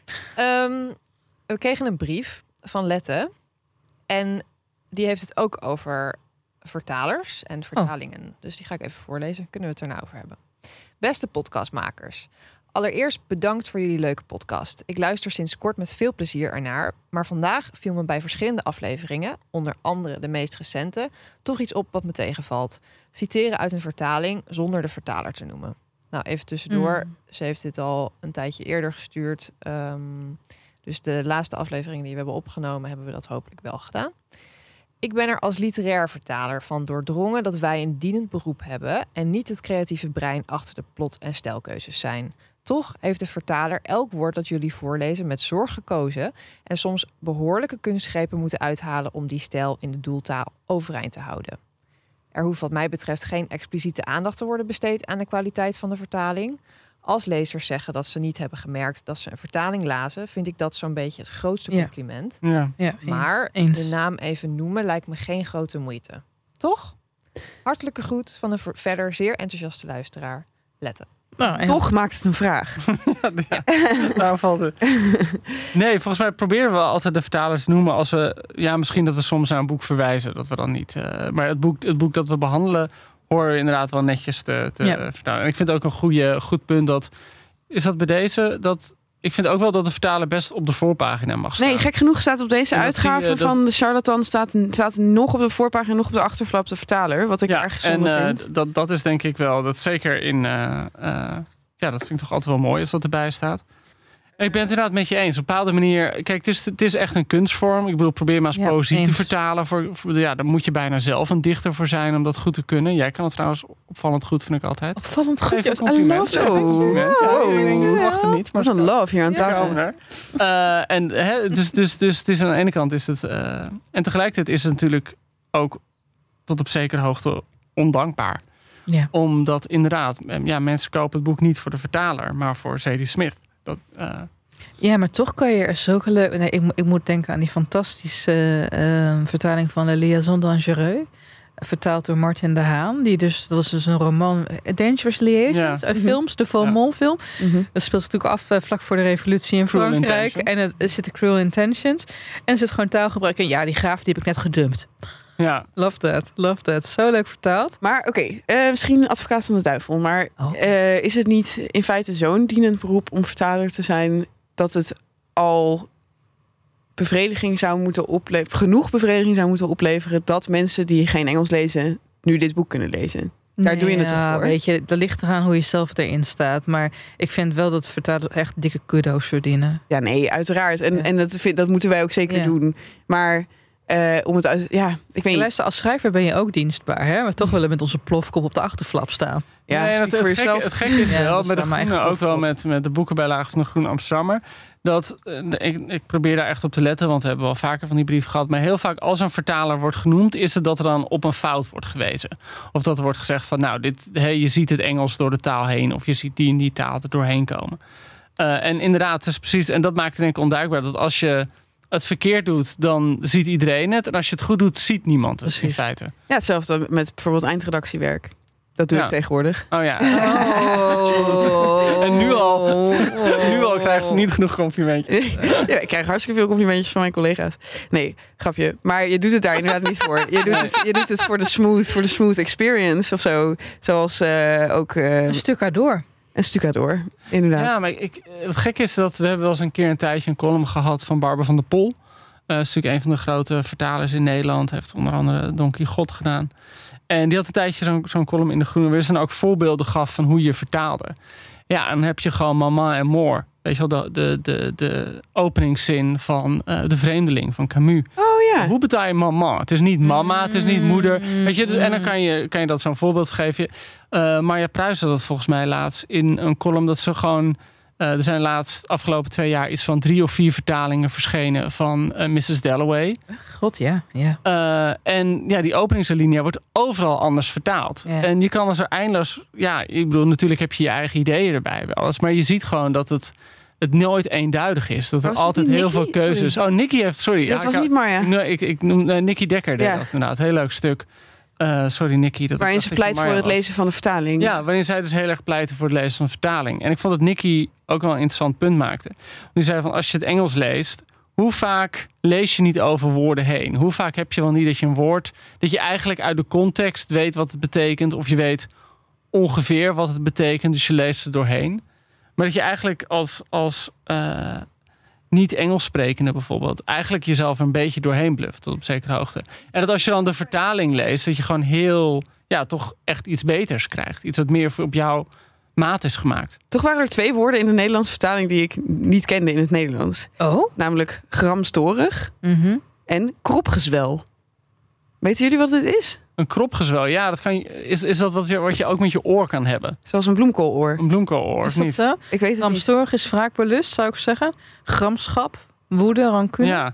We kregen een brief van Lette. En die heeft het ook over vertalers en vertalingen. Dus die ga ik even voorlezen. Kunnen we het er nou over hebben. Beste podcastmakers. Allereerst bedankt voor jullie leuke podcast. Ik luister sinds kort met veel plezier ernaar. Maar vandaag viel me bij verschillende afleveringen, onder andere de meest recente, toch iets op wat me tegenvalt. Citeren uit een vertaling zonder de vertaler te noemen. Nou, even tussendoor. Ze heeft dit al een tijdje eerder gestuurd. Dus de laatste aflevering die we hebben opgenomen, hebben we dat hopelijk wel gedaan. Ik ben er als literair vertaler van doordrongen dat wij een dienend beroep hebben en niet het creatieve brein achter de plot- en stijlkeuzes zijn. Toch heeft de vertaler elk woord dat jullie voorlezen met zorg gekozen en soms behoorlijke kunstgrepen moeten uithalen om die stijl in de doeltaal overeind te houden. Er hoeft wat mij betreft geen expliciete aandacht te worden besteed aan de kwaliteit van de vertaling. Als lezers zeggen dat ze niet hebben gemerkt dat ze een vertaling lazen, vind ik dat zo'n beetje het grootste compliment. Ja, maar de naam even noemen lijkt me geen grote moeite. Toch? Hartelijke groet van een verder zeer enthousiaste luisteraar, Lette. Toch maakt het een vraag. Nou valt het. Nee, volgens mij proberen we altijd de vertalers te noemen als we... Ja, misschien dat we soms naar een boek verwijzen. Dat we dan niet... maar het boek dat we behandelen horen we inderdaad wel netjes te vertalen. En ik vind ook een goed punt dat... Is dat bij deze? Ik vind ook wel dat de vertaler best op de voorpagina mag staan. Nee, gek genoeg staat op deze uitgave van de Charlatan... staat nog op de voorpagina, nog op de achterflap de vertaler. Wat ik erg zonde vind. Dat is denk ik wel... Dat zeker in... dat vind ik toch altijd wel mooi als dat erbij staat. Ik ben het inderdaad met je eens. Op een bepaalde manier... Kijk, het is echt een kunstvorm. Ik bedoel, probeer maar eens poëzie te vertalen. Daar moet je bijna zelf een dichter voor zijn om dat goed te kunnen. Jij kan het trouwens opvallend goed, vind ik altijd. Opvallend goed. Even een compliment. I love Ik verwacht het niet. Maar wat een love hier aan tafel. Dus het is aan de ene kant is het... en tegelijkertijd is het natuurlijk ook tot op zekere hoogte ondankbaar. Ja. Omdat inderdaad, mensen kopen het boek niet voor de vertaler, maar voor Zadie Smith. Ja, maar toch kan je er zulke leuke... Nee, ik moet denken aan die fantastische vertaling van Le Liaison Dangereux. Vertaald door Martin de Haan. Dat is dus een roman, Dangerous Liaisons, uit films. De Valmont film. Mm-hmm. Dat speelt zich natuurlijk af vlak voor de revolutie in Frankrijk. En er zitten Cruel Intentions. En er zit gewoon taalgebruik. En die graaf die heb ik net gedumpt. Ja. Love that. Zo leuk vertaald. Maar oké, misschien een advocaat van de duivel. Maar is het niet in feite zo'n dienend beroep om vertaler te zijn, dat het al bevrediging zou moeten opleveren, genoeg bevrediging zou moeten opleveren, dat mensen die geen Engels lezen nu dit boek kunnen lezen? Daar doe je het toch voor? Weet je, dat ligt eraan hoe je zelf erin staat. Maar ik vind wel dat vertalers echt dikke kudo's verdienen. Ja, nee, uiteraard. En dat moeten wij ook zeker doen. Maar om het uit... Ja, ik weet niet. Luister, als schrijver ben je ook dienstbaar, hè? Maar toch willen met onze plofkop op de achterflap staan. Ja, het gekke is wel, met de Groene ook wel met de boekenbijlage van de Groene Amsterdammer, dat ik probeer daar echt op te letten, want we hebben wel vaker van die brief gehad. Maar heel vaak als een vertaler wordt genoemd, is het dat er dan op een fout wordt gewezen. Of dat er wordt gezegd van, je ziet het Engels door de taal heen, of je ziet die en die taal er doorheen komen. En inderdaad, het is precies, en dat maakt het denk ik onduidelijk dat als je het verkeerd doet, dan ziet iedereen het. En als je het goed doet, ziet niemand het in feite. Ja, hetzelfde met bijvoorbeeld eindredactiewerk. Dat doe ik tegenwoordig. Oh ja. En nu al krijgen ze niet genoeg complimentjes. Ja, ik krijg hartstikke veel complimentjes van mijn collega's. Nee, grapje. Maar je doet het daar inderdaad niet voor. Je doet het voor de smooth experience of zo. Zoals ook... een stucadoor. Een stucadoor, inderdaad. Ja, maar het gekke is dat we hebben wel eens een keer een tijdje een column gehad van Barbara van der Pol. Is natuurlijk een van de grote vertalers in Nederland. Heeft onder andere Don Quixote gedaan. En die had een tijdje zo'n column in de Groene, waar ze dan ook voorbeelden gaf van hoe je vertaalde. Ja, en dan heb je gewoon Mama en More. Weet je wel, de openingszin van De Vreemdeling van Camus. Oh ja. Hoe betaal je mama? Het is niet mama, het is niet moeder. Weet je, dus, en dan kan je dat zo'n voorbeeld geven. Marja Pruis had dat volgens mij laatst in een column, dat ze gewoon... er zijn laatst afgelopen 2 jaar iets van 3 of 4 vertalingen verschenen van Mrs. Dalloway. God, ja. En ja, die openingsalinea wordt overal anders vertaald. Ja. En je kan er zo eindeloos... Ja, ik bedoel, natuurlijk heb je je eigen ideeën erbij bij alles. Maar je ziet gewoon dat het nooit eenduidig is. Dat er altijd heel veel keuzes... Sorry. Oh, Nicky heeft... Sorry. Dat was niet Marja. Ik noem Nicky Dekker deed dat inderdaad. Heel leuk stuk. Sorry, Nicky. Waarin ze pleit voor het lezen van de vertaling. Ja, waarin zij dus heel erg pleiten voor het lezen van de vertaling. En ik vond dat Nicky ook wel een interessant punt maakte. Die zei van, als je het Engels leest, hoe vaak lees je niet over woorden heen? Hoe vaak heb je wel niet dat je een woord, dat je eigenlijk uit de context weet wat het betekent, of je weet ongeveer wat het betekent, dus je leest er doorheen. Maar dat je eigenlijk als niet-Engels sprekende bijvoorbeeld eigenlijk jezelf een beetje doorheen bluft tot op zekere hoogte. En dat als je dan de vertaling leest, dat je gewoon heel, toch echt iets beters krijgt. Iets wat meer op jouw maat is gemaakt. Toch waren er 2 woorden in de Nederlandse vertaling die ik niet kende in het Nederlands. Oh? Namelijk gramstorig en kropgezwel. Weten jullie wat dit is? Een kropgezwel, ja, dat is dat wat je ook met je oor kan hebben? Zoals een bloemkooloor. Een bloemkooloor, is dat niet? Zo? Ik weet het Gramstorig is wraakbelust, zou ik zeggen. Gramschap, woede, rancune. Ja.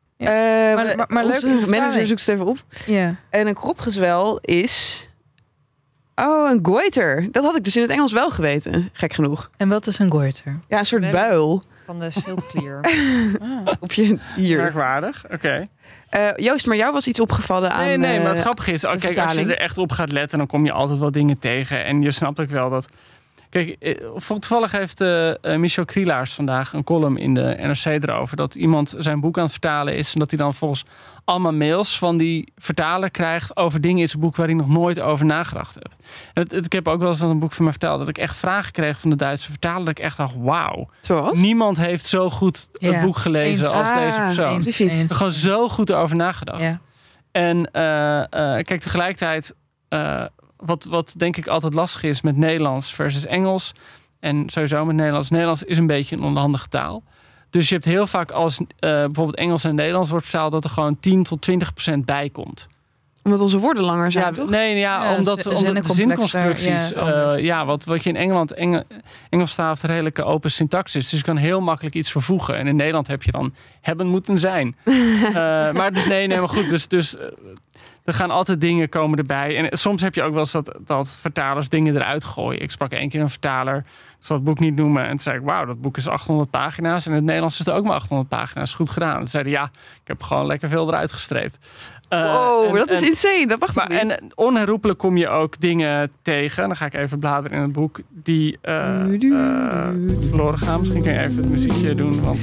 Maar onze manager zoekt het even op. Ja. En een kropgezwel is... Oh, een goiter. Dat had ik dus in het Engels wel geweten, gek genoeg. En wat is een goiter? Ja, een soort buil. Van de schildklier. Op je hier. Merkwaardig, oké. Joost, maar jou was iets opgevallen aan Nee, maar het grappige is, kijk, als je er echt op gaat letten, dan kom je altijd wel dingen tegen. En je snapt ook wel dat... Kijk, toevallig heeft Michel Krielaars vandaag een column in de NRC erover, dat iemand zijn boek aan het vertalen is en dat hij dan volgens allemaal mails van die vertaler krijgt over dingen in zijn boek waar hij nog nooit over nagedacht heeft. En ik heb ook wel eens een boek van mij verteld dat ik echt vragen kreeg van de Duitse vertaler, dat ik echt dacht, wauw. Zoals? Niemand heeft zo goed het boek gelezen als deze persoon. Eens. Gewoon zo goed erover nagedacht. Ja. En kijk, tegelijkertijd... Wat denk ik altijd lastig is met Nederlands versus Engels, En sowieso met Nederlands. Nederlands is een beetje een onhandige taal. Dus je hebt heel vaak als bijvoorbeeld Engels en Nederlands wordt vertaald... dat er gewoon 10-20% bij komt. Omdat onze woorden langer zijn, toch? Omdat de zinconstructies... wat je in Engeland... Engels staat redelijk open syntaxis. Dus je kan heel makkelijk iets vervoegen. En in Nederland heb je dan hebben moeten zijn. Maar dus maar goed. Dus er gaan altijd dingen komen erbij. En soms heb je ook wel eens dat vertalers dingen eruit gooien. Ik sprak 1 keer een vertaler... Ik zal het boek niet noemen. En toen zei ik, wauw, dat boek is 800 pagina's. En in het Nederlands is het ook maar 800 pagina's. Goed gedaan. Toen zeiden ik heb gewoon lekker veel eruit gestreept. Dat is insane. Dat mag niet. En onherroepelijk kom je ook dingen tegen. Dan ga ik even bladeren in het boek. Die verloren gaan. Misschien kan je even het muziekje doen. Want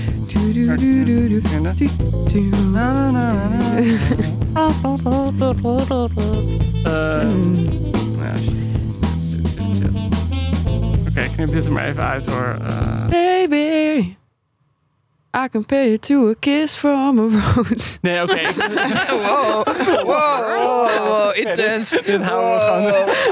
Oké, knip dit er maar even uit hoor. Baby, I can pay you to a kiss from a road. Nee, oké. Wow, intens. Dit houden we gewoon.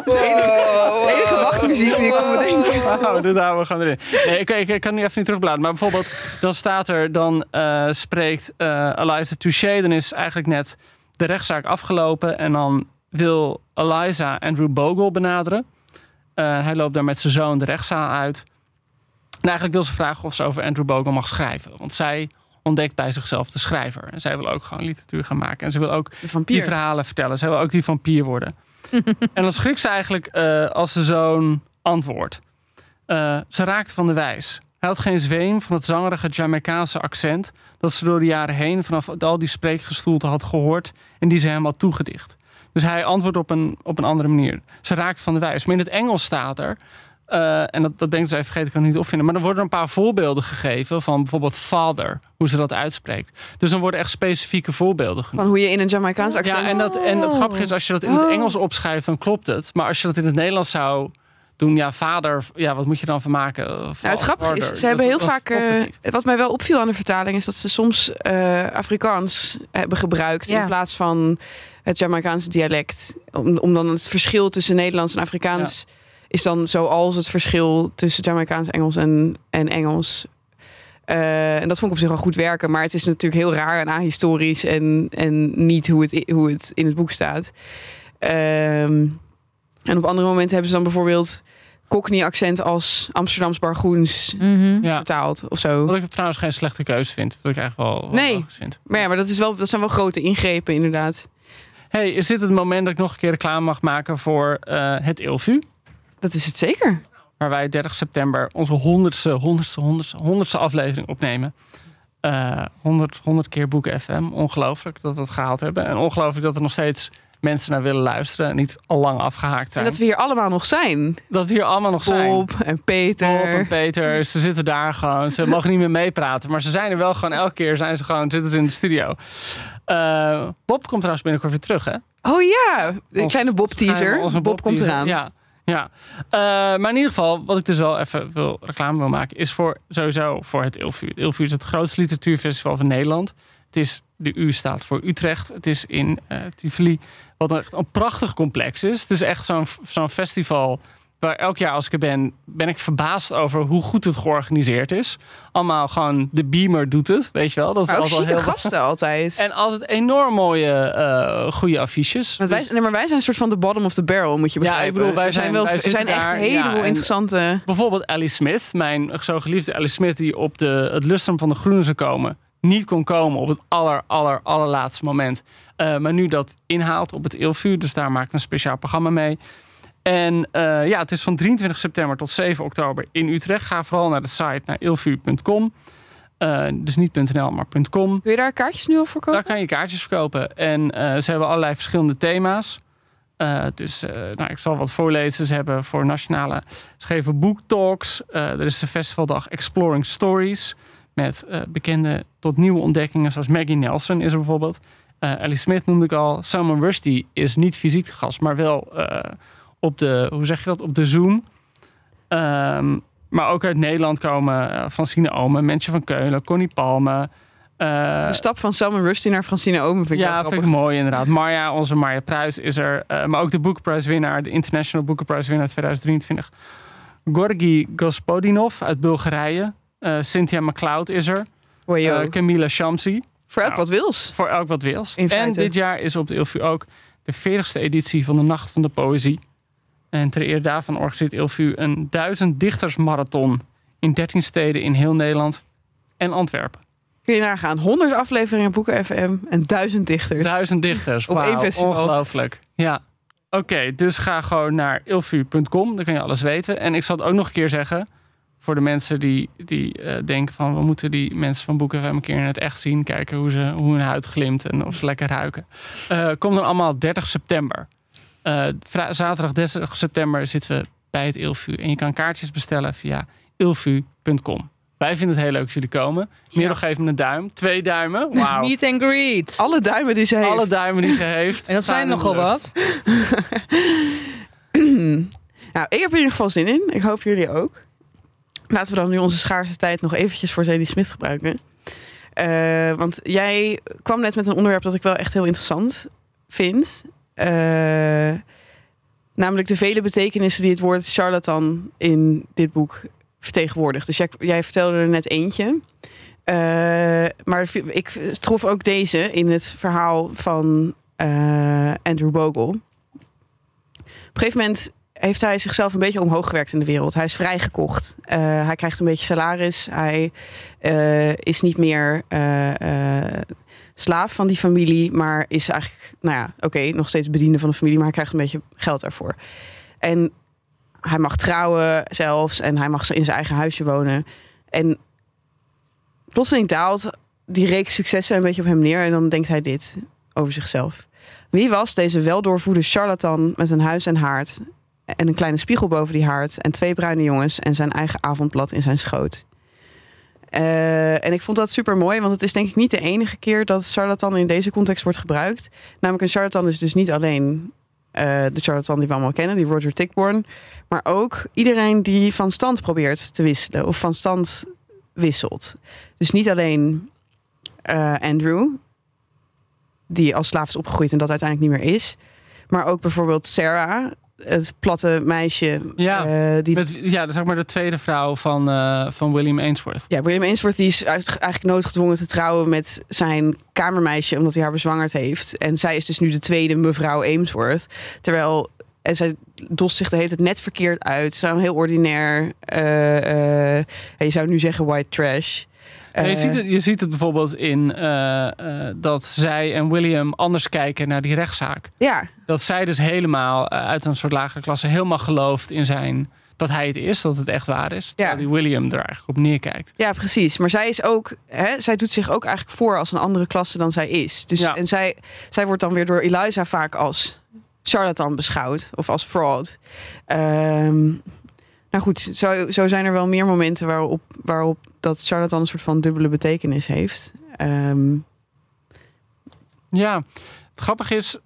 De enige wachtmuziek die ik kon bedenken. Dit houden we gewoon erin. Nee, ik kan nu even niet terugbladeren. Maar bijvoorbeeld, dan staat er, spreekt Eliza Touché. Dan is eigenlijk net de rechtszaak afgelopen. En dan wil Eliza Andrew Bogle benaderen. Hij loopt daar met zijn zoon de rechtszaal uit. En eigenlijk wil ze vragen of ze over Andrew Bogle mag schrijven. Want zij ontdekt bij zichzelf de schrijver. En zij wil ook gewoon literatuur gaan maken. En ze wil ook die verhalen vertellen. Zij wil ook die vampier worden. En dan schrikt ze eigenlijk als de zoon antwoordt. Ze raakte van de wijs. Hij had geen zweem van het zangerige Jamaicaanse accent... dat ze door de jaren heen vanaf al die spreekgestoelte had gehoord... en die ze hem had toegedicht. Dus hij antwoordt op een andere manier. Ze raakt van de wijs. Maar in het Engels staat er... en dat ben ik dus even vergeten, ik kan het niet opvinden... maar dan worden een paar voorbeelden gegeven... van bijvoorbeeld father, hoe ze dat uitspreekt. Dus dan worden echt specifieke voorbeelden genoemd. Van hoe je in een Jamaicaans accent... Ja, en het grappige is, als je dat in het Engels opschrijft... dan klopt het. Maar als je dat in het Nederlands zou doen... vader, wat moet je dan van maken? Het grappige is, ze hebben heel vaak... wat mij wel opviel aan de vertaling... is dat ze soms Afrikaans hebben gebruikt... in plaats van het Jamaicaanse dialect. Om dan het verschil tussen Nederlands en Afrikaans... is dan zoals het verschil tussen Jamaicaans Engels en Engels. En dat vond ik op zich wel goed werken. Maar het is natuurlijk heel raar en ahistorisch... en niet hoe het in het boek staat. En op andere momenten hebben ze dan bijvoorbeeld... Cockney-accent als Amsterdams Bargoens vertaald of zo. Wat ik trouwens geen slechte keuze vind. Wat ik eigenlijk wel logisch vind. Maar dat zijn wel grote ingrepen inderdaad. Hey, is dit het moment dat ik nog een keer reclame mag maken voor het ILVU? Dat is het zeker. Waar wij 30 september onze 100ste aflevering opnemen. 100 keer Boeken FM. Ongelooflijk dat we het gehaald hebben. En ongelooflijk dat er nog steeds mensen naar willen luisteren. En niet al lang afgehaakt zijn. En dat we hier allemaal nog zijn. Bob en Peter. Ze zitten daar gewoon. Ze mogen niet meer meepraten. Maar ze zijn er wel gewoon elke keer. Zitten ze in de studio. Bob komt trouwens binnenkort weer terug, hè? Oh ja, de kleine Bob-teaser. Bob komt eraan. Ja. Maar in ieder geval, wat ik dus wel even reclame wil maken... is sowieso voor het ILVU. Het ILVU is het grootste literatuurfestival van Nederland. De U staat voor Utrecht. Het is in Tivoli, wat een prachtig complex is. Het is echt zo'n festival... waar elk jaar als ik er ben ik verbaasd over hoe goed het georganiseerd is. Allemaal gewoon, de Beamer doet het, weet je wel. Dat maar is ook chique gasten altijd. En altijd enorm mooie, goede affiches. Maar wij zijn een soort van de bottom of the barrel, moet je begrijpen. Ja, ik bedoel, wij zijn echt een heleboel interessante... Bijvoorbeeld Ellie Smith, mijn zo geliefde Ellie Smith... die op het lustrum van de Groenen zou komen... niet kon komen op het allerlaatste moment. Maar nu dat inhaalt op het ILVU, dus daar maak ik een speciaal programma mee... En het is van 23 september tot 7 oktober in Utrecht. Ga vooral naar de site, naar ilvu.com. Dus niet .nl, maar .com. Kun je daar kaartjes nu al voor kopen? Daar kan je kaartjes verkopen. En ze hebben allerlei verschillende thema's. Ik zal wat voorlezen. Ze hebben voor nationale... Ze geven boektalks. Er is de festivaldag Exploring Stories. Met bekende tot nieuwe ontdekkingen. Zoals Maggie Nelson is er bijvoorbeeld. Ellie Smith noemde ik al. Salman Rushdie is niet fysiek te gast, maar wel... op de Zoom. Maar ook uit Nederland komen Francine Omen, Mensje van Keulen, Connie Palme. De stap van Salman Rushdie naar Francine Omen vind ik wel grappig. Ja, vind ik mooi inderdaad. Onze Marja Pruis is er. Maar ook de Booker Prize winnaar, de International Booker Prize winnaar 2023. Gorgi Gospodinov uit Bulgarije. Cynthia MacLeod is er. Camila Shamsi. Voor elk wat wils. Voor elk wat wils. En dit jaar is op de ILVU ook de 40ste editie van de Nacht van de Poëzie. En ter eer daarvan organiseert ILVU een 1000 dichtersmarathon in 13 steden in heel Nederland en Antwerpen. Kun je nagaan, 100 afleveringen Boeken FM en 1000 dichters. 1000 dichters, op één festival. Ongelooflijk. Ja. Oké, dus ga gewoon naar ilvu.com, dan kan je alles weten. En ik zal het ook nog een keer zeggen, voor de mensen die denken van... we moeten die mensen van Boeken FM een keer in het echt zien. Kijken hoe hun huid glimt en of ze lekker ruiken. Kom dan allemaal 30 september. Zaterdag 30 september zitten we bij het ILVU. En je kan kaartjes bestellen via ilvu.com. Wij vinden het heel leuk als jullie komen. Merel geeft me een duim. 2 duimen. Wauw. Meet and greet. Alle duimen die ze heeft. En dat zijn nogal wat. Nou, ik heb er in ieder geval zin in. Ik hoop jullie ook. Laten we dan nu onze schaarse tijd nog eventjes voor Zadie Smith gebruiken. Want jij kwam net met een onderwerp dat ik wel echt heel interessant vind. Namelijk de vele betekenissen die het woord charlatan in dit boek vertegenwoordigt. Dus jij vertelde er net eentje. Maar ik trof ook deze in het verhaal van Andrew Bogle. Op een gegeven moment heeft hij zichzelf een beetje omhoog gewerkt in de wereld. Hij is vrijgekocht. Hij krijgt een beetje salaris. Hij is niet meer slaaf van die familie, maar is eigenlijk, nog steeds bediende van de familie, maar hij krijgt een beetje geld daarvoor. En hij mag trouwen zelfs en hij mag in zijn eigen huisje wonen. En plotseling daalt die reeks successen een beetje op hem neer en dan denkt hij dit over zichzelf. Wie was deze weldoorvoede charlatan met een huis en haard en een kleine spiegel boven die haard en 2 bruine jongens en zijn eigen avondblad in zijn schoot? En ik vond dat super mooi, want het is denk ik niet de enige keer dat charlatan in deze context wordt gebruikt. Namelijk een charlatan is dus niet alleen de charlatan die we allemaal kennen, die Roger Tichborne, maar ook iedereen die van stand probeert te wisselen of van stand wisselt. Dus niet alleen Andrew, die als slaaf is opgegroeid en dat uiteindelijk niet meer is, maar ook bijvoorbeeld Sarah, het platte meisje. Zeg maar de tweede vrouw van William Ainsworth. Ja, William Ainsworth die is eigenlijk noodgedwongen te trouwen met zijn kamermeisje, omdat hij haar bezwangerd heeft. En zij is dus nu de tweede mevrouw Ainsworth. Terwijl zij dost zich de hele tijd net verkeerd uit. Ze zijn heel ordinair. Je zou nu zeggen white trash. Je ziet het bijvoorbeeld in dat zij en William anders kijken naar die rechtszaak. Ja. Dat zij dus helemaal uit een soort lagere klasse helemaal gelooft in zijn dat hij het is, dat het echt waar is. Terwijl die William er eigenlijk op neerkijkt. Ja, precies. Maar zij is ook, zij doet zich ook eigenlijk voor als een andere klasse dan zij is. Dus, en zij wordt dan weer door Eliza vaak als charlatan beschouwd of als fraud. Nou goed, zo zijn er wel meer momenten waarop dat charlatan een soort van dubbele betekenis heeft. Ja, het grappige is,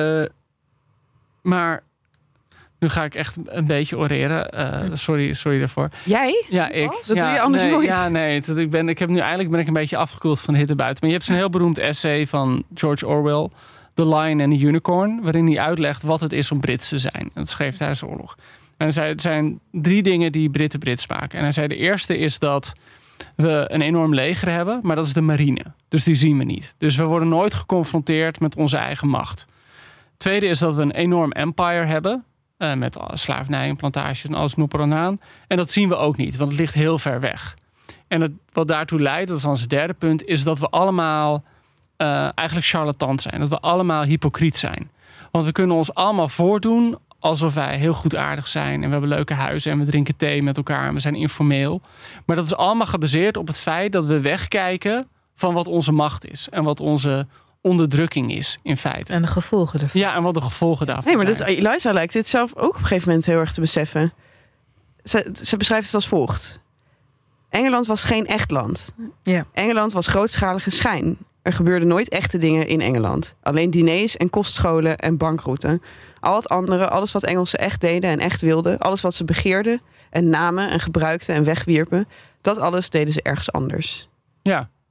maar nu ga ik echt een beetje oreren. Sorry daarvoor. Jij? Ja, ik. Dat doe je anders nooit. Ja, nee. Ik ben een beetje afgekoeld van de hitte buiten. Maar je hebt zo'n heel beroemd essay van George Orwell, The Lion and the Unicorn, waarin hij uitlegt wat het is om Brits te zijn. En dat schreef tijdens de oorlog. En hij zei, het zijn 3 dingen die Britten Brits maken. En hij zei, de eerste is dat we een enorm leger hebben, maar dat is de marine. Dus die zien we niet. Dus we worden nooit geconfronteerd met onze eigen macht. Tweede is dat we een enorm empire hebben, met slavernij en plantages en alles knopper en aan. En dat zien we ook niet, want het ligt heel ver weg. En wat daartoe leidt, dat is dan zijn derde punt, is dat we allemaal eigenlijk charlatans zijn. Dat we allemaal hypocriet zijn. Want we kunnen ons allemaal voordoen alsof wij heel goedaardig zijn en we hebben leuke huizen en we drinken thee met elkaar en we zijn informeel. Maar dat is allemaal gebaseerd op het feit dat we wegkijken van wat onze macht is en wat onze onderdrukking is in feite. En de gevolgen ervan. Ja, en wat de gevolgen daarvan maar zijn. Eliza lijkt dit zelf ook op een gegeven moment heel erg te beseffen. Ze beschrijft het als volgt. Engeland was geen echt land. Ja. Engeland was grootschalige schijn. Er gebeurden nooit echte dingen in Engeland. Alleen diners en kostscholen en bankroeten. Al het andere, alles wat Engelsen echt deden en echt wilden. Alles wat ze begeerden en namen en gebruikten en wegwierpen. Dat alles deden ze ergens anders. Ja,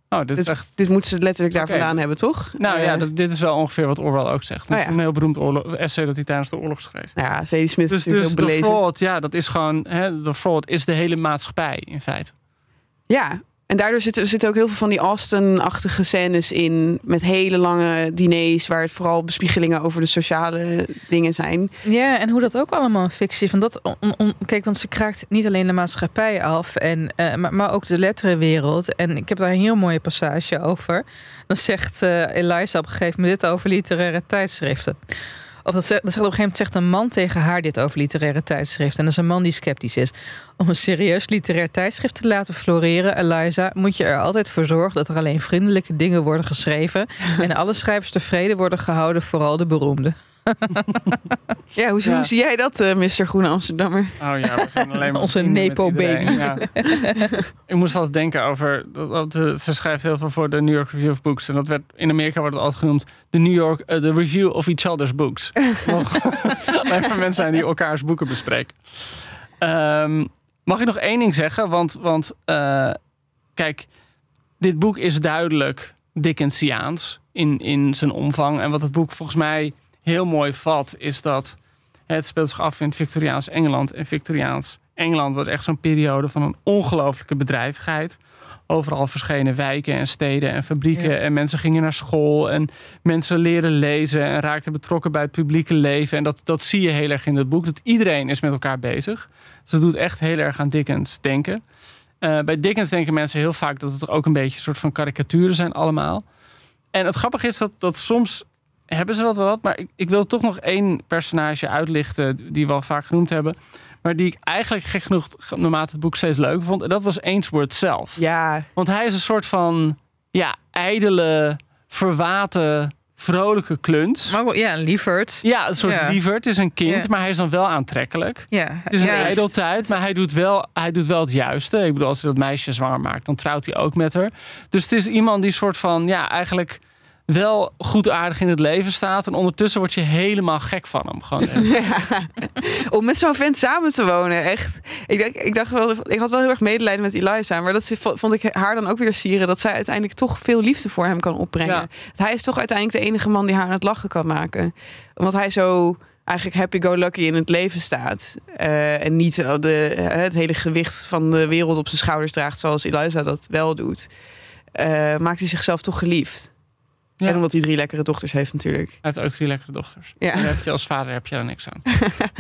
Oh, dit is echt... Dit moeten ze letterlijk daar vandaan hebben, toch? Nou ja, dit is wel ongeveer wat Orwell ook zegt. Dat is een heel beroemd essay dat hij tijdens de oorlog schreef. Ja, Zadie Smith is dus heel belezen. de fraud, dat is gewoon... de fraud is de hele maatschappij, in feite. Ja, en daardoor zitten ook heel veel van die Austen-achtige scènes in. Met hele lange diners waar het vooral bespiegelingen over de sociale dingen zijn. Ja, en hoe dat ook allemaal een fictie is. Kijk, want ze kraakt niet alleen de maatschappij af, maar ook de letterenwereld. En ik heb daar een heel mooie passage over. Dan zegt Eliza op een gegeven moment dit over literaire tijdschriften. Of dat zegt op een gegeven moment zegt een man tegen haar dit over literaire tijdschriften. En dat is een man die sceptisch is. Om een serieus literair tijdschrift te laten floreren, Eliza, moet je er altijd voor zorgen dat er alleen vriendelijke dingen worden geschreven. En alle schrijvers tevreden worden gehouden, vooral de beroemde. Ja, hoe zie jij dat, Mr. Groene Amsterdammer? Oh ja, we zijn alleen maar onze Nepo-baby. Ja. Ik moest altijd denken over... Ze schrijft heel veel voor de New York Review of Books. En dat werd in Amerika wordt het altijd genoemd... de Review of Each Other's Books. Alleen maar mensen zijn die elkaars boeken bespreken. Mag ik nog één ding zeggen? Want kijk, dit boek is duidelijk Dickensiaans in zijn omvang. En wat het boek volgens mij heel mooi vat, is dat het speelt zich af in het Victoriaans Engeland. En Victoriaans Engeland was echt zo'n periode van een ongelooflijke bedrijvigheid. Overal verschenen wijken en steden en fabrieken. Ja. En mensen gingen naar school. En mensen leren lezen en raakten betrokken bij het publieke leven. En dat zie je heel erg in het boek. Dat iedereen is met elkaar bezig. Dus dat doet echt heel erg aan Dickens denken. Bij Dickens denken mensen heel vaak dat het ook een beetje een soort van karikaturen zijn allemaal. En het grappige is dat soms hebben ze dat wel wat. Maar ik wil toch nog één personage uitlichten die we al vaak genoemd hebben. Maar die ik eigenlijk gek genoeg naarmate het boek steeds leuk vond. En dat was Ainsworth zelf. Ja. Want hij is een soort van ijdele, verwaten, vrolijke kluns. Maar een lieverd. Ja, een soort lieverd. Het is een kind, maar hij is dan wel aantrekkelijk. Ja. Het is een ijdeltuit, maar hij doet wel het juiste. Ik bedoel, als hij dat meisje zwanger maakt, dan trouwt hij ook met haar. Dus het is iemand die soort van, eigenlijk wel goedaardig in het leven staat. En ondertussen word je helemaal gek van hem. Gewoon. Om met zo'n vent samen te wonen, echt. Ik dacht wel, ik had wel heel erg medelijden met Eliza. Maar dat vond ik haar dan ook weer sieren. Dat zij uiteindelijk toch veel liefde voor hem kan opbrengen. Ja. Hij is toch uiteindelijk de enige man die haar aan het lachen kan maken. Omdat hij zo eigenlijk happy-go-lucky in het leven staat. En niet het hele gewicht van de wereld op zijn schouders draagt. Zoals Eliza dat wel doet. Maakt hij zichzelf toch geliefd. Ja. En omdat hij 3 lekkere dochters heeft natuurlijk. Hij heeft ook 3 lekkere dochters. Ja. En als vader heb je daar niks aan.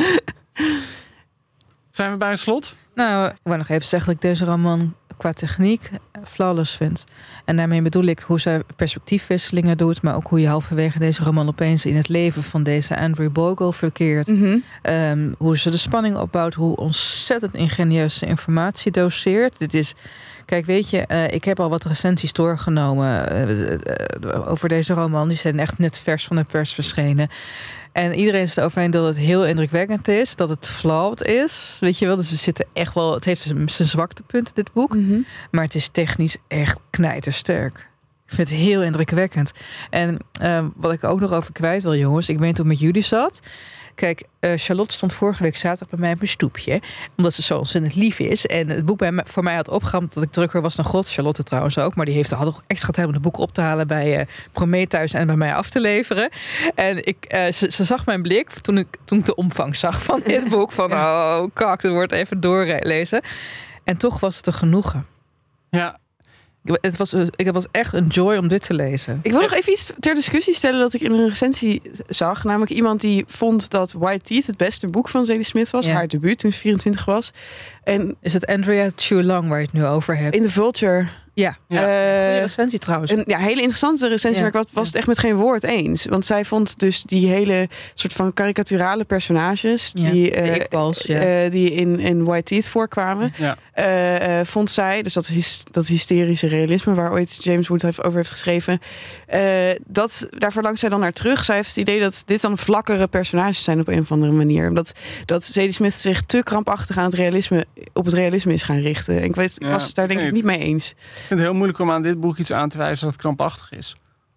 Zijn we bij een slot? Nou, ik wil nog even zeggen dat ik deze roman qua techniek flawless vind. En daarmee bedoel ik hoe zij perspectiefwisselingen doet, maar ook hoe je halverwege deze roman opeens in het leven van deze Andrew Bogle verkeert. Mm-hmm. Hoe ze de spanning opbouwt, hoe ontzettend ingenieus ze informatie doseert. Dit is... Kijk, weet je, ik heb al wat recensies doorgenomen over deze roman. Die zijn echt net vers van de pers verschenen. En iedereen is erover heen dat het heel indrukwekkend is. Dat het flawed is. Weet je wel, dus er zitten echt wel... Het heeft zijn zwaktepunten, dit boek. Mm-hmm. Maar het is technisch echt knijtersterk. Ik vind het heel indrukwekkend. En wat ik ook nog over kwijt wil, jongens. Ik weet toen met jullie zat. Kijk, Charlotte stond vorige week zaterdag bij mij op mijn stoepje. Omdat ze zo ontzettend lief is. En het boek voor mij had opgehamd dat ik drukker was dan God. Charlotte trouwens ook. Maar die had nog extra tijd om het boek op te halen bij Prometheus en bij mij af te leveren. En ze zag mijn blik toen ik de omvang zag van dit boek. Van dat wordt even doorlezen. En toch was het een genoegen. Ja. Het was echt een joy om dit te lezen. Ik wil nog even iets ter discussie stellen dat ik in een recensie zag. Namelijk iemand die vond dat White Teeth het beste boek van Zadie Smith was. Ja. Haar debuut toen ze 24 was. En is het Andrea Chu Lang waar je het nu over hebt? In The Vulture. Ja, goede recensie trouwens. Een hele interessante recensie, maar ik was het echt met geen woord eens. Want zij vond dus die hele soort van karikaturale personages die in White Teeth voorkwamen, vond zij, dus dat hysterische realisme waar ooit James Wood over heeft geschreven, daar verlangt zij dan naar terug. Zij heeft het idee dat dit dan vlakkere personages zijn op een of andere manier. Omdat Zadie Smith zich te krampachtig aan op het realisme is gaan richten. En ik was het daar denk ik niet mee eens. Ik vind het heel moeilijk om aan dit boek iets aan te wijzen dat krampachtig is.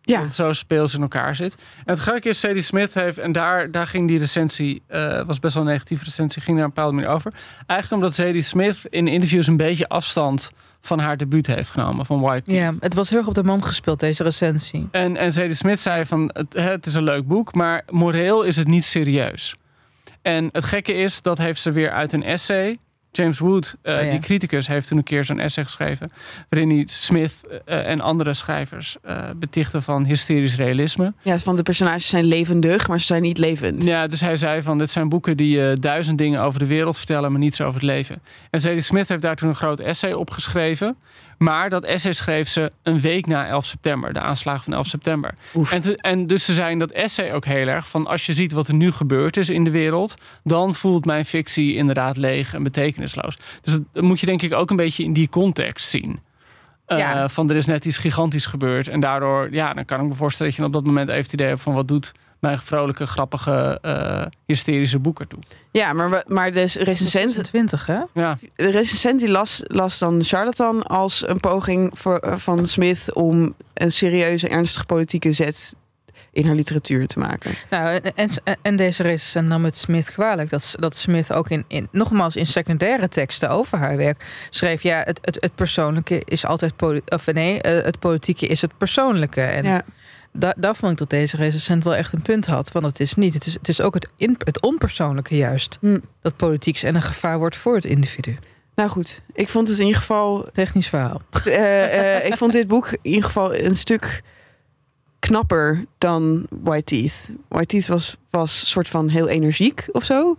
Ja. Dat het zo speels in elkaar zit. En het grappige is, Zadie Smith heeft... en daar ging die recensie... was best wel een negatieve recensie... ging daar een bepaalde manier over. Eigenlijk omdat Zadie Smith in interviews... een beetje afstand van haar debuut heeft genomen. Van White Teeth. Ja, het was heel erg op de man gespeeld, deze recensie. En Zadie Smith zei van... het is een leuk boek... maar moreel is het niet serieus. En het gekke is... dat heeft ze weer uit een essay... James Wood, die criticus, heeft toen een keer zo'n essay geschreven... waarin hij Smith en andere schrijvers betichtte van hysterisch realisme. Ja, van de personages zijn levendig, maar ze zijn niet levend. Ja, dus hij zei van, dit zijn boeken die 1000 dingen over de wereld vertellen... maar niets over het leven. En Zadie Smith heeft daar toen een groot essay op geschreven... maar dat essay schreef ze een week na 11 september. De aanslagen van 11 september. En dus ze zei in dat essay ook heel erg... van als je ziet wat er nu gebeurd is in de wereld... dan voelt mijn fictie inderdaad leeg en betekenisloos. Dus dat moet je denk ik ook een beetje in die context zien. Van er is net iets gigantisch gebeurd. En daardoor, dan kan ik me voorstellen... dat je op dat moment even het idee hebt van... wat doet mijn vrolijke, grappige, hysterische boek ertoe. Ja, maar de recensent... 20, hè? Ja. De recensent die las dan Charlatan als een poging van Smith... om een serieuze, ernstige politieke zet in haar literatuur te maken. Nou, en deze recensent nam het Smith kwalijk. Dat Smith ook nogmaals in secundaire teksten over haar werk schreef... ja, het persoonlijke is altijd... het politieke is het persoonlijke. En daar vond ik dat deze recensent wel echt een punt had. Want het is niet. Het is ook het onpersoonlijke juist. Dat politiek en een gevaar wordt voor het individu. Nou goed, ik vond het in ieder geval... Technisch verhaal. Ik vond dit boek in ieder geval een stuk knapper dan White Teeth. White Teeth was soort van heel energiek of zo.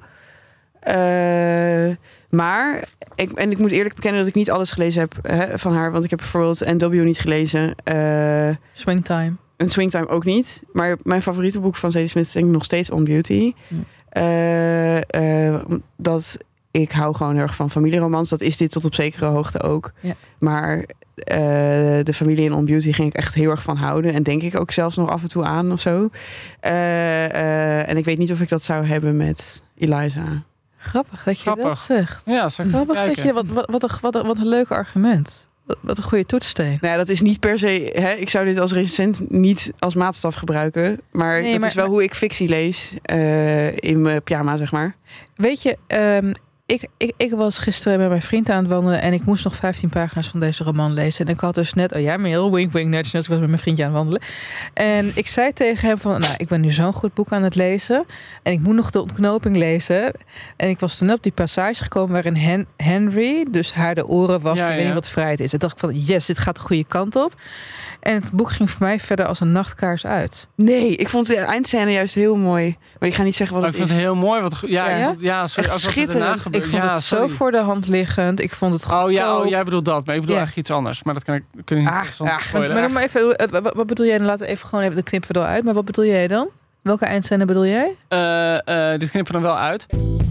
Maar ik moet eerlijk bekennen dat ik niet alles gelezen heb van haar. Want ik heb bijvoorbeeld NW niet gelezen. Swingtime. En Swingtime ook niet. Maar mijn favoriete boek van Zadie Smith is denk ik nog steeds On Beauty. Dat ik hou gewoon heel erg van familieromans. Dat is dit tot op zekere hoogte ook. Ja. Maar de familie in On Beauty ging ik echt heel erg van houden. En denk ik ook zelfs nog af en toe aan of zo. En ik weet niet of ik dat zou hebben met Eliza. Grappig dat je dat zegt. Ja, grappig dat je wat een leuk argument. Wat een goede toetssteen. Nou ja, dat is niet per se... ik zou dit als recensent niet als maatstaf gebruiken. Maar dat is wel hoe ik fictie lees. In mijn pyjama, zeg maar. Weet je... Ik was gisteren met mijn vriend aan het wandelen... en ik moest nog 15 pagina's van deze roman lezen. En ik had dus net... heel wink, wink, nudge. Ik was met mijn vriendje aan het wandelen. En ik zei tegen hem van... ik ben nu zo'n goed boek aan het lezen... en ik moet nog de ontknoping lezen. En ik was toen op die passage gekomen... waarin Henry, dus haar de oren was... ik weet niet wat vrijheid is. En dacht ik van, yes, dit gaat de goede kant op. En het boek ging voor mij verder als een nachtkaars uit. Nee, ik vond de eindscène juist heel mooi. Maar ik ga niet zeggen wat het is. Ik vind het heel mooi. Echt schitterend. Ik vond het zo voor de hand liggend. Ik vond het goed. Jij bedoelt dat. Maar ik bedoel eigenlijk iets anders. Maar dat kun je niet maar maar even, wat bedoel jij? Dan laten we even gewoon even de knippen er uit. Maar wat bedoel jij dan? Welke eindscène bedoel jij? Dit knippen we dan wel uit.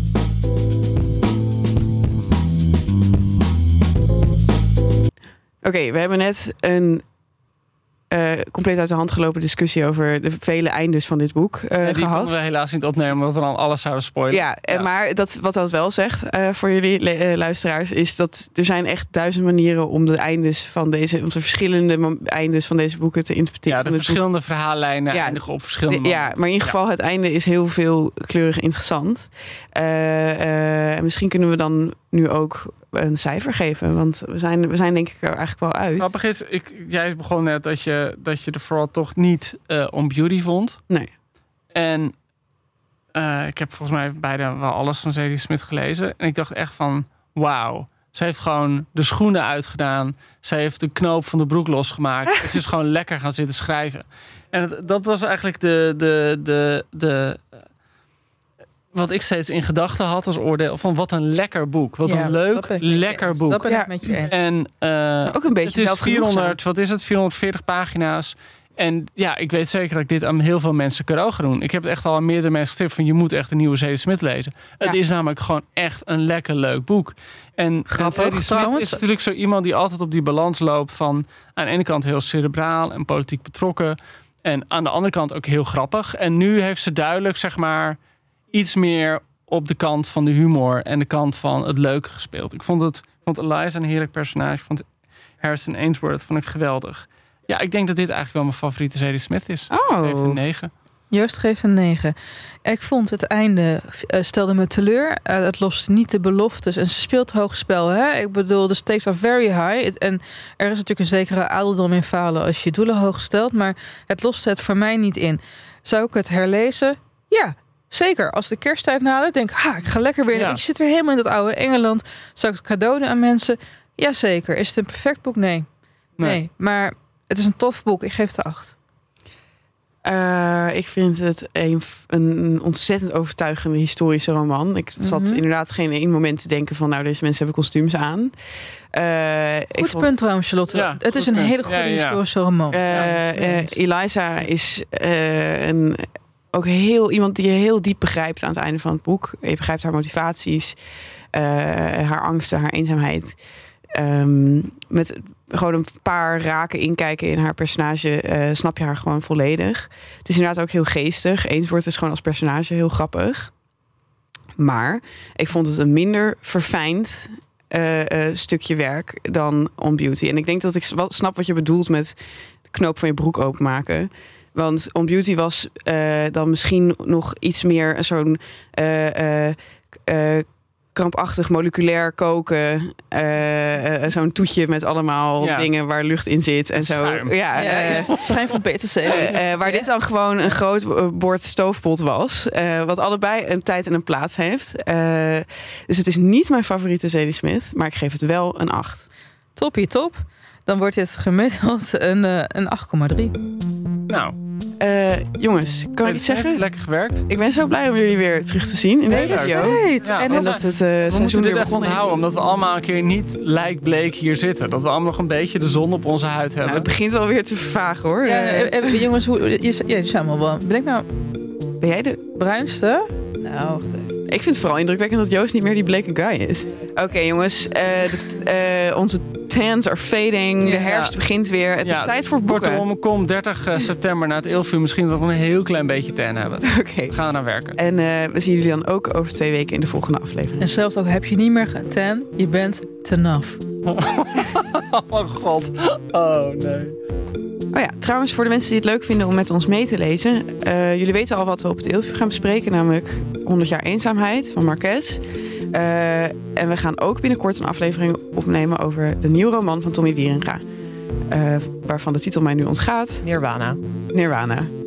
Oké, we hebben net een compleet uit de hand gelopen discussie over de vele eindes van dit boek gehad. Die konden we helaas niet opnemen, omdat we dan alles zouden spoilen. Ja. Maar wat dat wel zegt voor jullie luisteraars, is dat er zijn echt 1000 manieren om de eindes van de verschillende eindes van deze boeken te interpreteren. Ja, de verschillende verhaallijnen eindigen op verschillende momenten. Ja, maar in ieder geval het einde is heel veelkleurig interessant. En misschien kunnen we dan nu ook een cijfer geven, want we zijn denk ik er eigenlijk wel uit. Grappig is, jij begon net dat je er vooral toch niet On Beauty vond. Nee. En ik heb volgens mij bijna wel alles van Zadie Smith gelezen. En ik dacht echt van, wauw. Ze heeft gewoon de schoenen uitgedaan. Ze heeft de knoop van de broek losgemaakt. Ze is gewoon lekker gaan zitten schrijven. En dat was eigenlijk de wat ik steeds in gedachten had als oordeel van wat een lekker boek. Wat een lekker boek. Dat ben ik met je eens. En ook een beetje het is 440 pagina's. En ja, ik weet zeker dat ik dit aan heel veel mensen cadeau ga doen. Ik heb het echt al aan meerdere mensen getipt van je moet echt een nieuwe Zadie Smith lezen. Het is namelijk gewoon echt een lekker leuk boek. En Zadie Smith is natuurlijk zo iemand die altijd op die balans loopt van aan de ene kant heel cerebraal en politiek betrokken. En aan de andere kant ook heel grappig. En nu heeft ze duidelijk, zeg maar, iets meer op de kant van de humor en de kant van het leuke gespeeld. Ik vond Eliza een heerlijk personage. Ik vond Harrison Ainsworth geweldig. Ja, ik denk dat dit eigenlijk wel mijn favoriete Zadie Smith is. Oh. Hij heeft een 9. Joost geeft een 9. Ik vond het einde stelde me teleur. Het lost niet de beloftes. En ze speelt hoogspel. Hè? Ik bedoel, de stakes are very high. En er is natuurlijk een zekere adeldom in falen als je doelen hoog stelt. Maar het lost het voor mij niet in. Zou ik het herlezen? Ja, zeker. Als de kersttijd nadert, denk ik, ik ga lekker weer. Ja. Je zit weer helemaal in dat oude Engeland. Zou ik het cadeau doen aan mensen? Jazeker. Is het een perfect boek? Nee. Maar het is een tof boek. Ik geef het 8. Ik vind het een ontzettend overtuigende historische roman. Ik zat inderdaad geen één moment te denken van... nou, deze mensen hebben kostuums aan. Punt trouwens, Charlotte. Ja, het is een hele goede historische roman. Eliza is ook iemand die je heel diep begrijpt aan het einde van het boek. Je begrijpt haar motivaties, haar angsten, haar eenzaamheid. Met gewoon een paar raken inkijken in haar personage snap je haar gewoon volledig. Het is inderdaad ook heel geestig. Ainsworth is gewoon als personage heel grappig. Maar ik vond het een minder verfijnd stukje werk dan On Beauty. En ik denk dat ik snap wat je bedoelt met de knoop van je broek openmaken. Want On Beauty was dan misschien nog iets meer zo'n krampachtig moleculair koken. Zo'n toetje met allemaal dingen waar lucht in zit. En zo. Schijn van PTC. Waar dit dan gewoon een groot bord stoofpot was. Wat allebei een tijd en een plaats heeft. Dus het is niet mijn favoriete Zadie Smith. Maar ik geef het wel een 8. Toppie, top. Dan wordt dit gemiddeld een 8,3. Nou. Jongens, kan ik iets zeggen? Lekker gewerkt. Ik ben zo blij om jullie weer terug te zien in de studio. En dat het we moeten dit weer even onthouden, omdat we allemaal een keer niet lijkbleek hier zitten. Dat we allemaal nog een beetje de zon op onze huid hebben. Nou, het begint wel weer te vervagen, hoor. Jongens, je zijn allemaal wel. Ben ik nou... Ben jij de bruinste? Nou, wacht even. Ik vind het vooral indrukwekkend dat Joost niet meer die bleke guy is. Oké, jongens. Onze tans are fading. De herfst begint weer. Het is tijd voor boeken. Kortom, kom 30 september naar het Ilfie. Misschien dat we een heel klein beetje tan hebben. Oké. We gaan naar werken. En we zien jullie dan ook over 2 weken in de volgende aflevering. En zelfs ook heb je niet meer tan, je bent te naf. Oh god. Oh nee. Oh ja, trouwens, voor de mensen die het leuk vinden om met ons mee te lezen. Jullie weten al wat we op het Ilfie gaan bespreken. Namelijk 100 jaar eenzaamheid van Marquez. En we gaan ook binnenkort een aflevering opnemen over de nieuwe roman van Tommy Wieringa. Waarvan de titel mij nu ontgaat. Nirvana.